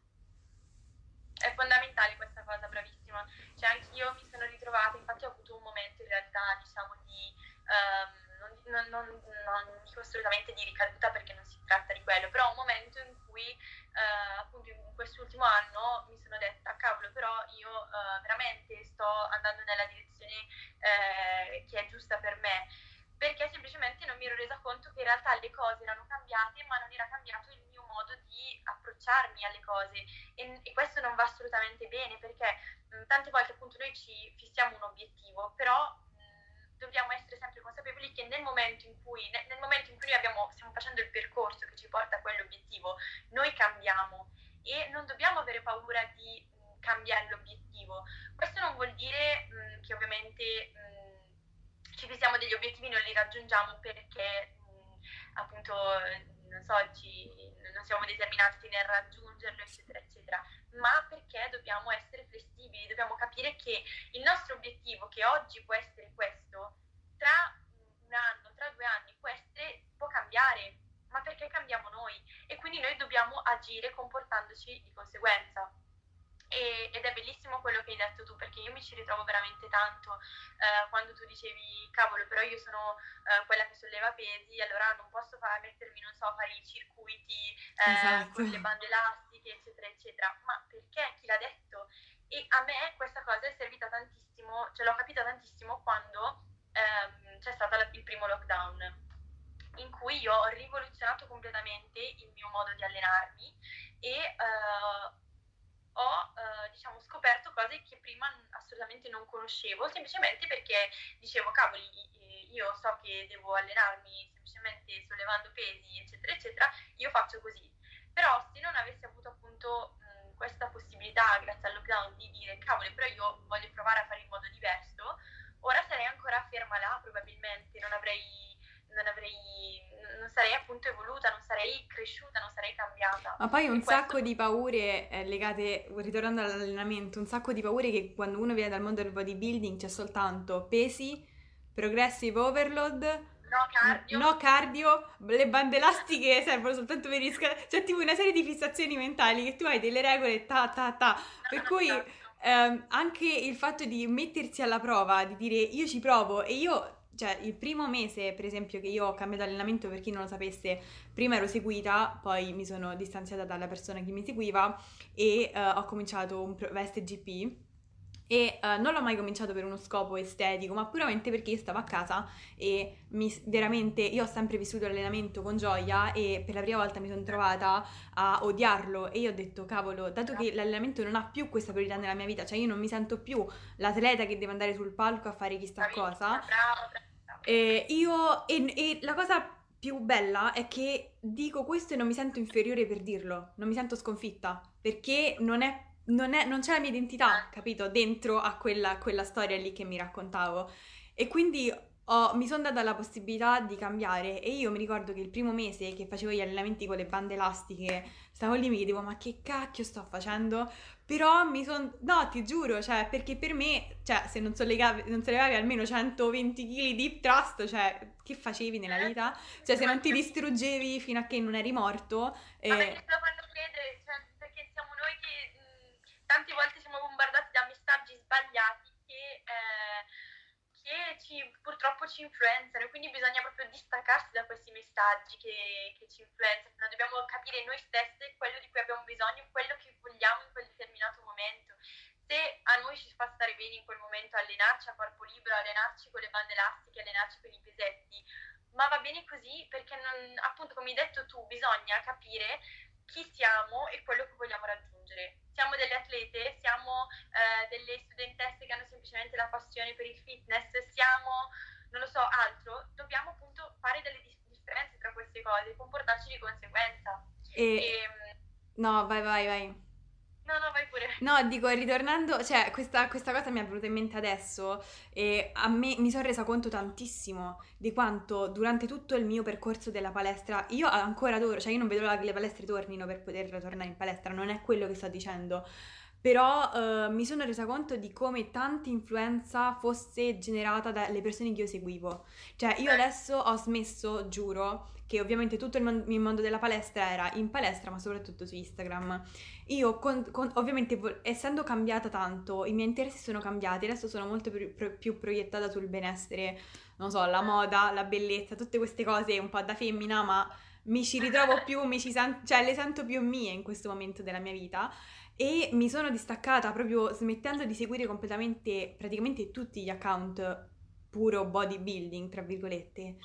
È fondamentale questa cosa, bravissima. Cioè anch'io mi sono ritrovata, infatti ho avuto un momento in realtà, diciamo, di non dico assolutamente di ricaduta perché non si tratta di quello, però un momento in cui appunto in quest'ultimo anno mi sono detta cavolo, però io veramente sto andando nella direzione che è giusta per me, perché semplicemente non mi ero resa conto che in realtà le cose erano cambiate, ma non era cambiato il mio modo di approcciarmi alle cose e questo non va assolutamente bene perché tante volte appunto noi ci fissiamo un obiettivo, però dobbiamo essere sempre consapevoli che nel momento in cui noi stiamo facendo il percorso che ci porta a quell'obiettivo, noi cambiamo e non dobbiamo avere paura di cambiare l'obiettivo. Questo non vuol dire che ovviamente ci fissiamo degli obiettivi e non li raggiungiamo perché appunto non so, non siamo determinati nel raggiungerlo, eccetera, eccetera, ma perché dobbiamo essere flessibili, dobbiamo capire che il nostro obiettivo, che oggi può essere questo, tra un anno, tra 2 anni può cambiare, ma perché cambiamo noi? E quindi noi dobbiamo agire comportandoci di conseguenza. Ed è bellissimo quello che hai detto tu, perché io mi ci ritrovo veramente tanto quando tu dicevi, cavolo, però io sono quella che solleva pesi, allora non posso mettermi, non so, a fare i circuiti
Esatto.
con le bande elastiche, eccetera, eccetera. Ma perché? Chi l'ha detto? E a me questa cosa è servita tantissimo, cioè l'ho capita tantissimo quando c'è stato il primo lockdown, in cui io ho rivoluzionato completamente il mio modo di allenarmi e ho diciamo scoperto cose che prima assolutamente non conoscevo, semplicemente perché dicevo cavoli, io so che devo allenarmi semplicemente sollevando pesi eccetera eccetera, io faccio così. Però se non avessi avuto appunto questa possibilità grazie al lockdown di dire cavoli, però io voglio provare a fare in modo diverso, ora sarei ancora ferma là probabilmente, non sarei appunto evoluta, non sarei cresciuta, non sarei cambiata.
Ma poi un
E
sacco
questo
di paure legate, ritornando all'allenamento, un sacco di paure che quando uno viene dal mondo del bodybuilding c'è soltanto pesi, progressive overload,
no cardio,
no cardio, le bande elastiche servono soltanto per riscaldare, cioè tipo una serie di fissazioni mentali che tu hai delle regole ta ta ta, per
no,
cui
esatto.
anche il fatto di mettersi alla prova, di dire io ci provo e io... Cioè, il primo mese, per esempio, che io ho cambiato allenamento, per chi non lo sapesse, prima ero seguita, poi mi sono distanziata dalla persona che mi seguiva e ho cominciato un Vest GP e non l'ho mai cominciato per uno scopo estetico, ma puramente perché io stavo a casa e veramente io ho sempre vissuto l'allenamento con gioia e per la prima volta mi sono trovata a odiarlo e io ho detto cavolo, dato che l'allenamento non ha più questa priorità nella mia vita, cioè io non mi sento più l'atleta che deve andare sul palco a fare chissà cosa,
Bravissima, brava, brava.
e la cosa più bella è che dico questo e non mi sento inferiore per dirlo, non mi sento sconfitta, perché non c'è la mia identità, capito, dentro a quella storia lì che mi raccontavo. E quindi mi sono data la possibilità di cambiare e io mi ricordo che il primo mese che facevo gli allenamenti con le bande elastiche, stavo lì e mi chiedevo ma che cacchio sto facendo? Però mi sono... No, ti giuro, cioè, perché per me, cioè, se non sollevavi almeno 120 kg di thrust, cioè, che facevi nella vita? Cioè, se non ti distruggevi fino a che non eri morto...
Ma perché te lo fanno credere? Cioè, perché siamo noi che tante volte siamo bombardati da messaggi sbagliati che purtroppo ci influenzano e quindi bisogna proprio distaccarsi da questi messaggi che ci influenzano. Dobbiamo capire noi stesse quello di cui abbiamo bisogno, quello che vogliamo in quel determinato momento. Se a noi ci fa stare bene in quel momento allenarci a corpo libero, allenarci con le bande elastiche, allenarci con i pesetti, ma va bene così perché appunto come hai detto tu bisogna capire chi siamo e quello che vogliamo raggiungere. Siamo delle atlete, siamo delle studentesse che hanno semplicemente la passione per il fitness, siamo, non lo so, altro, dobbiamo appunto fare delle differenze tra queste cose e comportarci di conseguenza.
E... No, vai.
No, vai pure.
No, dico, ritornando, cioè, questa cosa mi è venuta in mente adesso e a me mi sono resa conto tantissimo di quanto durante tutto il mio percorso della palestra, io ancora adoro, cioè io non vedo l'ora che le palestre tornino per poter tornare in palestra, non è quello che sto dicendo, però mi sono resa conto di come tanta influenza fosse generata dalle persone che io seguivo. Cioè, io adesso ho smesso, giuro, che ovviamente tutto il mondo della palestra era in palestra, ma soprattutto su Instagram. Io, ovviamente, essendo cambiata tanto, i miei interessi sono cambiati, adesso sono molto più proiettata sul benessere, non so, la moda, la bellezza, tutte queste cose un po' da femmina, ma mi ci ritrovo più, cioè le sento più mie in questo momento della mia vita e mi sono distaccata proprio smettendo di seguire completamente, praticamente tutti gli account puro bodybuilding, tra virgolette.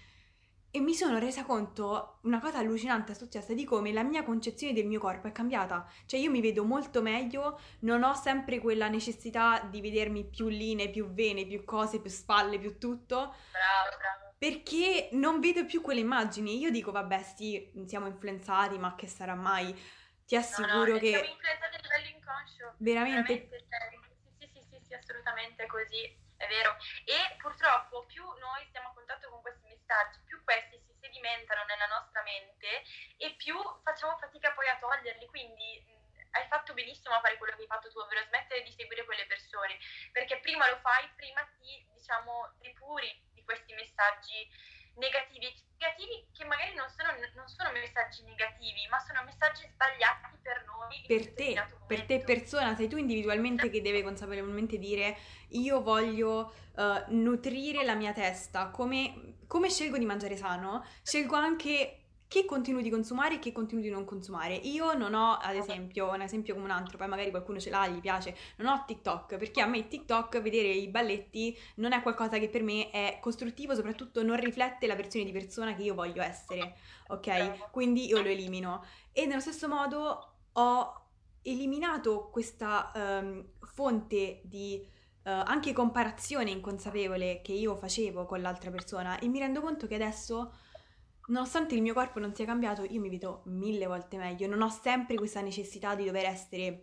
E mi sono resa conto, una cosa allucinante è successa, di come la mia concezione del mio corpo è cambiata. Cioè io mi vedo molto meglio, non ho sempre quella necessità di vedermi più linee, più vene, più cose, più spalle, più tutto.
Bravo.
Perché non vedo più quelle immagini. Io dico, vabbè, sì, siamo influenzati, ma che sarà mai? Ti assicuro
No, siamo
che
influenzati a livello inconscio,
veramente...
veramente, cioè, sì, assolutamente è così, è vero. E purtroppo più noi stiamo a contatto con questi messaggi, più questi si sedimentano nella nostra mente e più facciamo fatica poi a toglierli, quindi hai fatto benissimo a fare quello che hai fatto tu, ovvero smettere di seguire quelle persone, perché prima lo fai, prima ti, diciamo, depuri di questi messaggi negativi che magari non sono messaggi negativi, ma sono messaggi sbagliati per noi in un determinato
per te
momento.
persona, sei tu individualmente che deve consapevolmente dire io voglio nutrire la mia testa, come scelgo di mangiare sano, scelgo anche che contenuti consumare e che contenuti non consumare. Io non ho, ad esempio, un esempio come un altro, poi magari qualcuno ce l'ha, gli piace, non ho TikTok, perché a me TikTok, vedere i balletti, non è qualcosa che per me è costruttivo, soprattutto non riflette la versione di persona che io voglio essere, ok? Quindi io lo elimino. E nello stesso modo ho eliminato questa fonte di anche comparazione inconsapevole che io facevo con l'altra persona e mi rendo conto che adesso, nonostante il mio corpo non sia cambiato, io mi vedo 1000 volte meglio, non ho sempre questa necessità di dover essere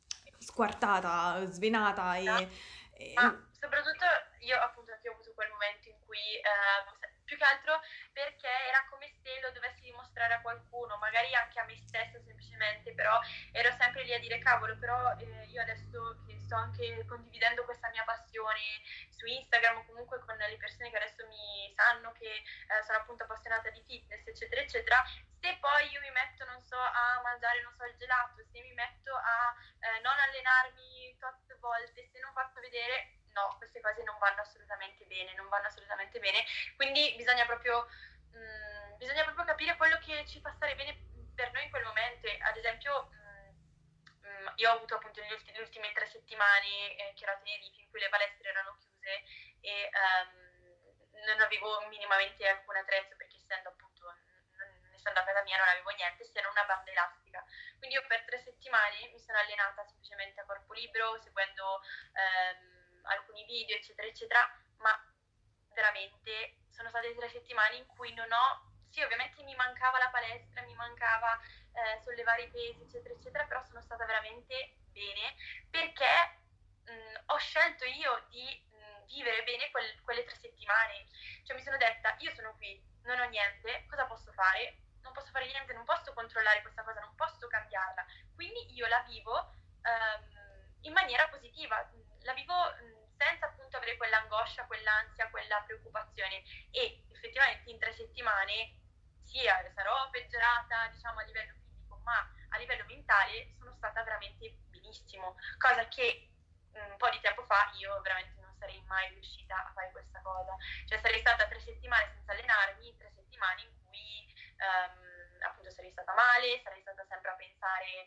squartata, svenata
Ma
e
soprattutto io appunto anche ho avuto quel momento in cui più che altro perché era come se lo dovessi dimostrare a qualcuno, magari anche a me stessa semplicemente, però ero sempre lì a dire cavolo, però io adesso che sto anche condividendo questa mia passione su Instagram o comunque con le persone che adesso mi sanno che sono appunto appassionata di fitness, eccetera, eccetera, se poi io mi metto, non so, a mangiare, non so, il gelato, se mi metto a non allenarmi tot volte, se non faccio vedere, no, queste cose non vanno assolutamente bene, non vanno assolutamente bene, quindi bisogna proprio capire quello che ci fa stare bene per noi in quel momento. Ad esempio io ho avuto appunto le ultime 3 settimane che ero a Tenerife, in cui le palestre erano chiuse e non avevo minimamente alcun attrezzo, perché essendo appunto essendo a casa mia non avevo niente se non una banda elastica, quindi io per 3 settimane mi sono allenata semplicemente a corpo libero, seguendo alcuni video eccetera eccetera, ma veramente sono state 3 settimane in cui non ho, sì ovviamente mi mancava la palestra, mi mancava sollevare i pesi eccetera eccetera, però sono stata veramente bene perché ho scelto io di vivere bene quelle 3 settimane, cioè mi sono detta io sono qui, non ho niente, cosa posso fare? Non posso fare niente, non posso controllare questa cosa, non posso cambiarla, quindi io la vivo in maniera positiva, la vivo senza appunto avere quell'angoscia, quell'ansia, quella preoccupazione, e effettivamente in 3 settimane sia sarò peggiorata diciamo a livello fisico, ma a livello mentale sono stata veramente benissimo, cosa che un po' di tempo fa io veramente non sarei mai riuscita a fare questa cosa, cioè sarei stata 3 settimane senza allenarmi, 3 settimane in cui appunto sarei stata male, sarei stata sempre a pensare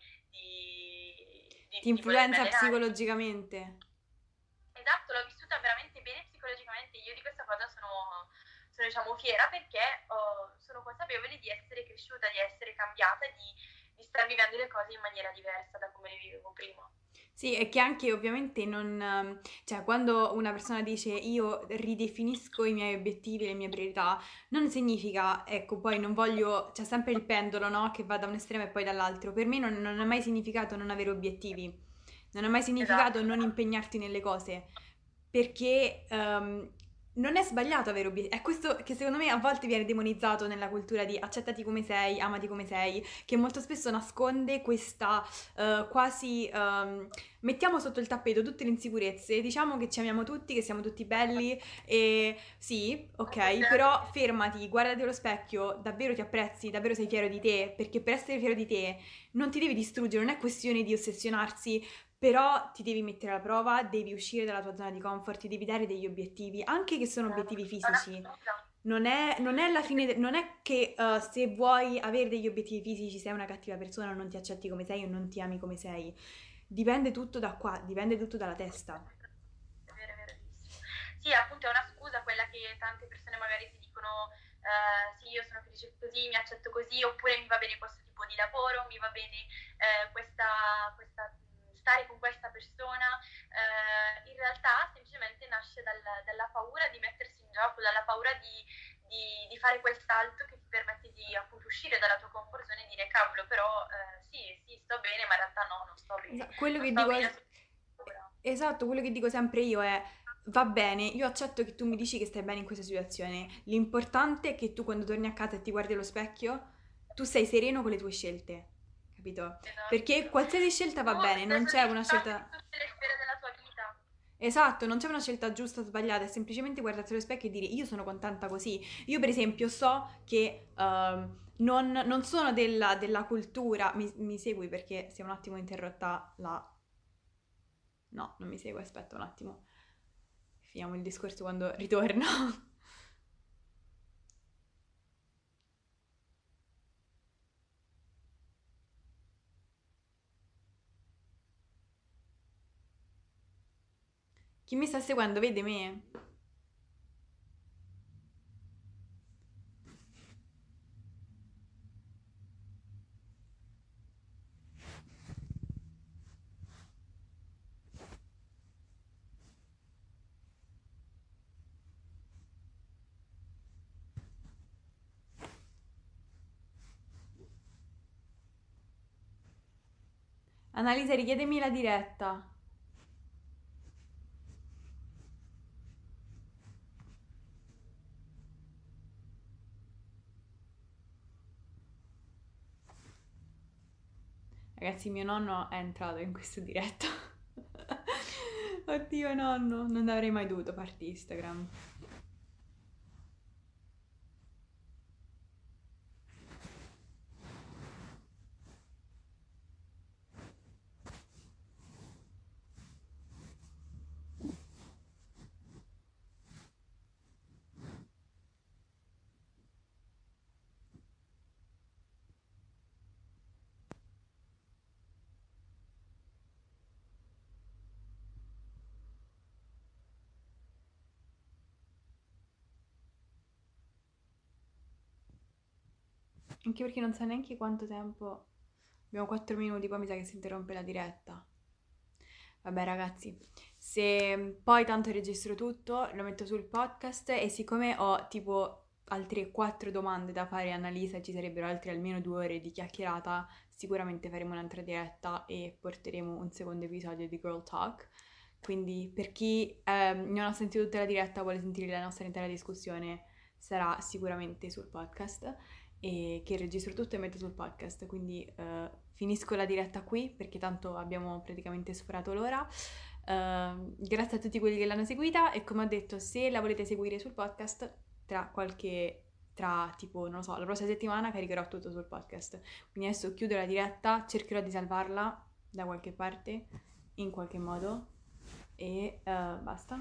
Ti
di volermi
influenza
allenare.
psicologicamente.
Esatto, l'ho vissuta veramente bene psicologicamente, io di questa cosa sono diciamo fiera perché sono consapevole di essere cresciuta, di essere cambiata, di star vivendo le cose in maniera diversa da come le vivevo prima.
Sì, e che anche ovviamente non... cioè, quando una persona dice io ridefinisco i miei obiettivi, le mie priorità, non significa, ecco, poi non voglio... c'è sempre il pendolo, no? Che va da un estremo e poi dall'altro. Per me non ha mai significato non avere obiettivi, non ha mai significato
Esatto.
non impegnarti nelle cose, perché non è sbagliato avere obiettivi. È questo che secondo me a volte viene demonizzato nella cultura di accettati come sei, amati come sei, che molto spesso nasconde questa quasi mettiamo sotto il tappeto tutte le insicurezze, diciamo che ci amiamo tutti, che siamo tutti belli e sì, ok, però fermati, guardati allo specchio, davvero ti apprezzi, davvero sei fiero di te, perché per essere fiero di te non ti devi distruggere, non è questione di ossessionarsi, però ti devi mettere alla prova, devi uscire dalla tua zona di comfort, ti devi dare degli obiettivi, anche che sono obiettivi
È una
fisici.
scusa.
Non è la fine, non è che se vuoi avere degli obiettivi fisici sei una cattiva persona, non ti accetti come sei o non ti ami come sei. Dipende tutto da qua, dipende tutto dalla testa.
È vero, è verissimo. Sì, appunto è una scusa quella che tante persone magari si dicono sì, io sono felice così, mi accetto così, oppure mi va bene questo tipo di lavoro, mi va bene stare con questa persona. In realtà semplicemente nasce dalla paura di mettersi in gioco, dalla paura di fare quel salto che ti permette di appunto uscire dalla tua comfort zone e dire cavolo, però sì, sto bene, ma in realtà no, non sto bene.
Quello
Non
che
sto
dico
bene.
esatto, quello che dico sempre io è va bene, io accetto che tu mi dici che stai bene in questa situazione. L'importante è che tu quando torni a casa e ti guardi allo specchio, tu sei sereno con le tue scelte, capito? Perché
Esatto.
qualsiasi scelta va
Tu
bene,
sei
non c'è una
soddisfatto di
scelta
tutte le sfere della tua vita.
esatto, non c'è una scelta giusta o sbagliata, è semplicemente guardarsi allo specchio e dire io sono contenta così. Io per esempio so che non sono della cultura, mi segui perché si è un attimo interrotta la... No, non mi segue, aspetta un attimo. Finiamo il discorso quando ritorno. Chi mi sta seguendo vede me? Annalisa, richiedemi la diretta. Ragazzi, mio nonno è entrato in questa diretta. Oddio nonno, non avrei mai dovuto farti Instagram. Anche perché non sa neanche quanto tempo. Abbiamo 4 minuti, poi mi sa che si interrompe la diretta. Vabbè ragazzi, se poi tanto registro tutto, lo metto sul podcast e siccome ho tipo altre 4 domande da fare a Annalisa e ci sarebbero altre almeno 2 ore di chiacchierata, sicuramente faremo un'altra diretta e porteremo un secondo episodio di Girl Talk. Quindi per chi non ha sentito tutta la diretta, vuole sentire la nostra intera discussione, sarà sicuramente sul podcast e che registro tutto e metto sul podcast, quindi finisco la diretta qui perché tanto abbiamo praticamente sforato l'ora. Grazie a tutti quelli che l'hanno seguita e come ho detto, se la volete seguire sul podcast, tra tipo, non lo so, la prossima settimana caricherò tutto sul podcast. Quindi adesso chiudo la diretta, cercherò di salvarla da qualche parte, in qualche modo e basta.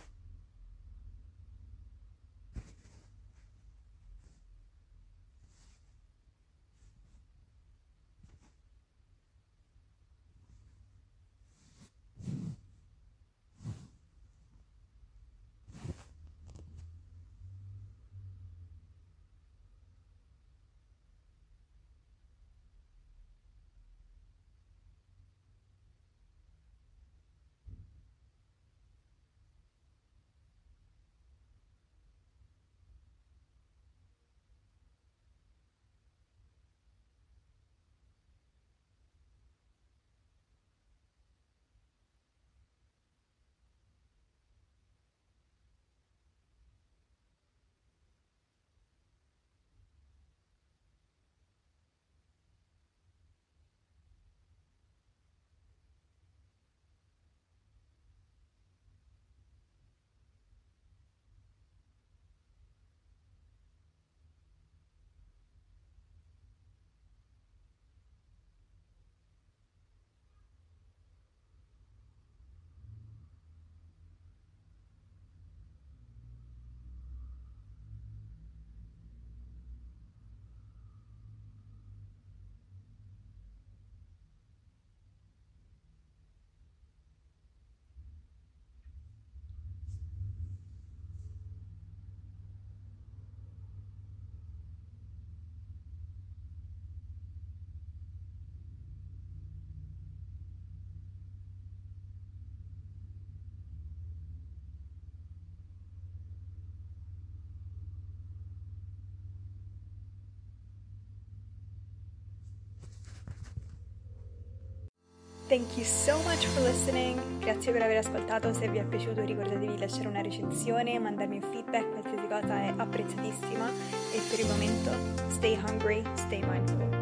Thank you so much for listening. Grazie per aver ascoltato. Se vi è piaciuto ricordatevi di lasciare una recensione, mandarmi un feedback, qualsiasi cosa è apprezzatissima. E per il momento, stay hungry, stay mindful.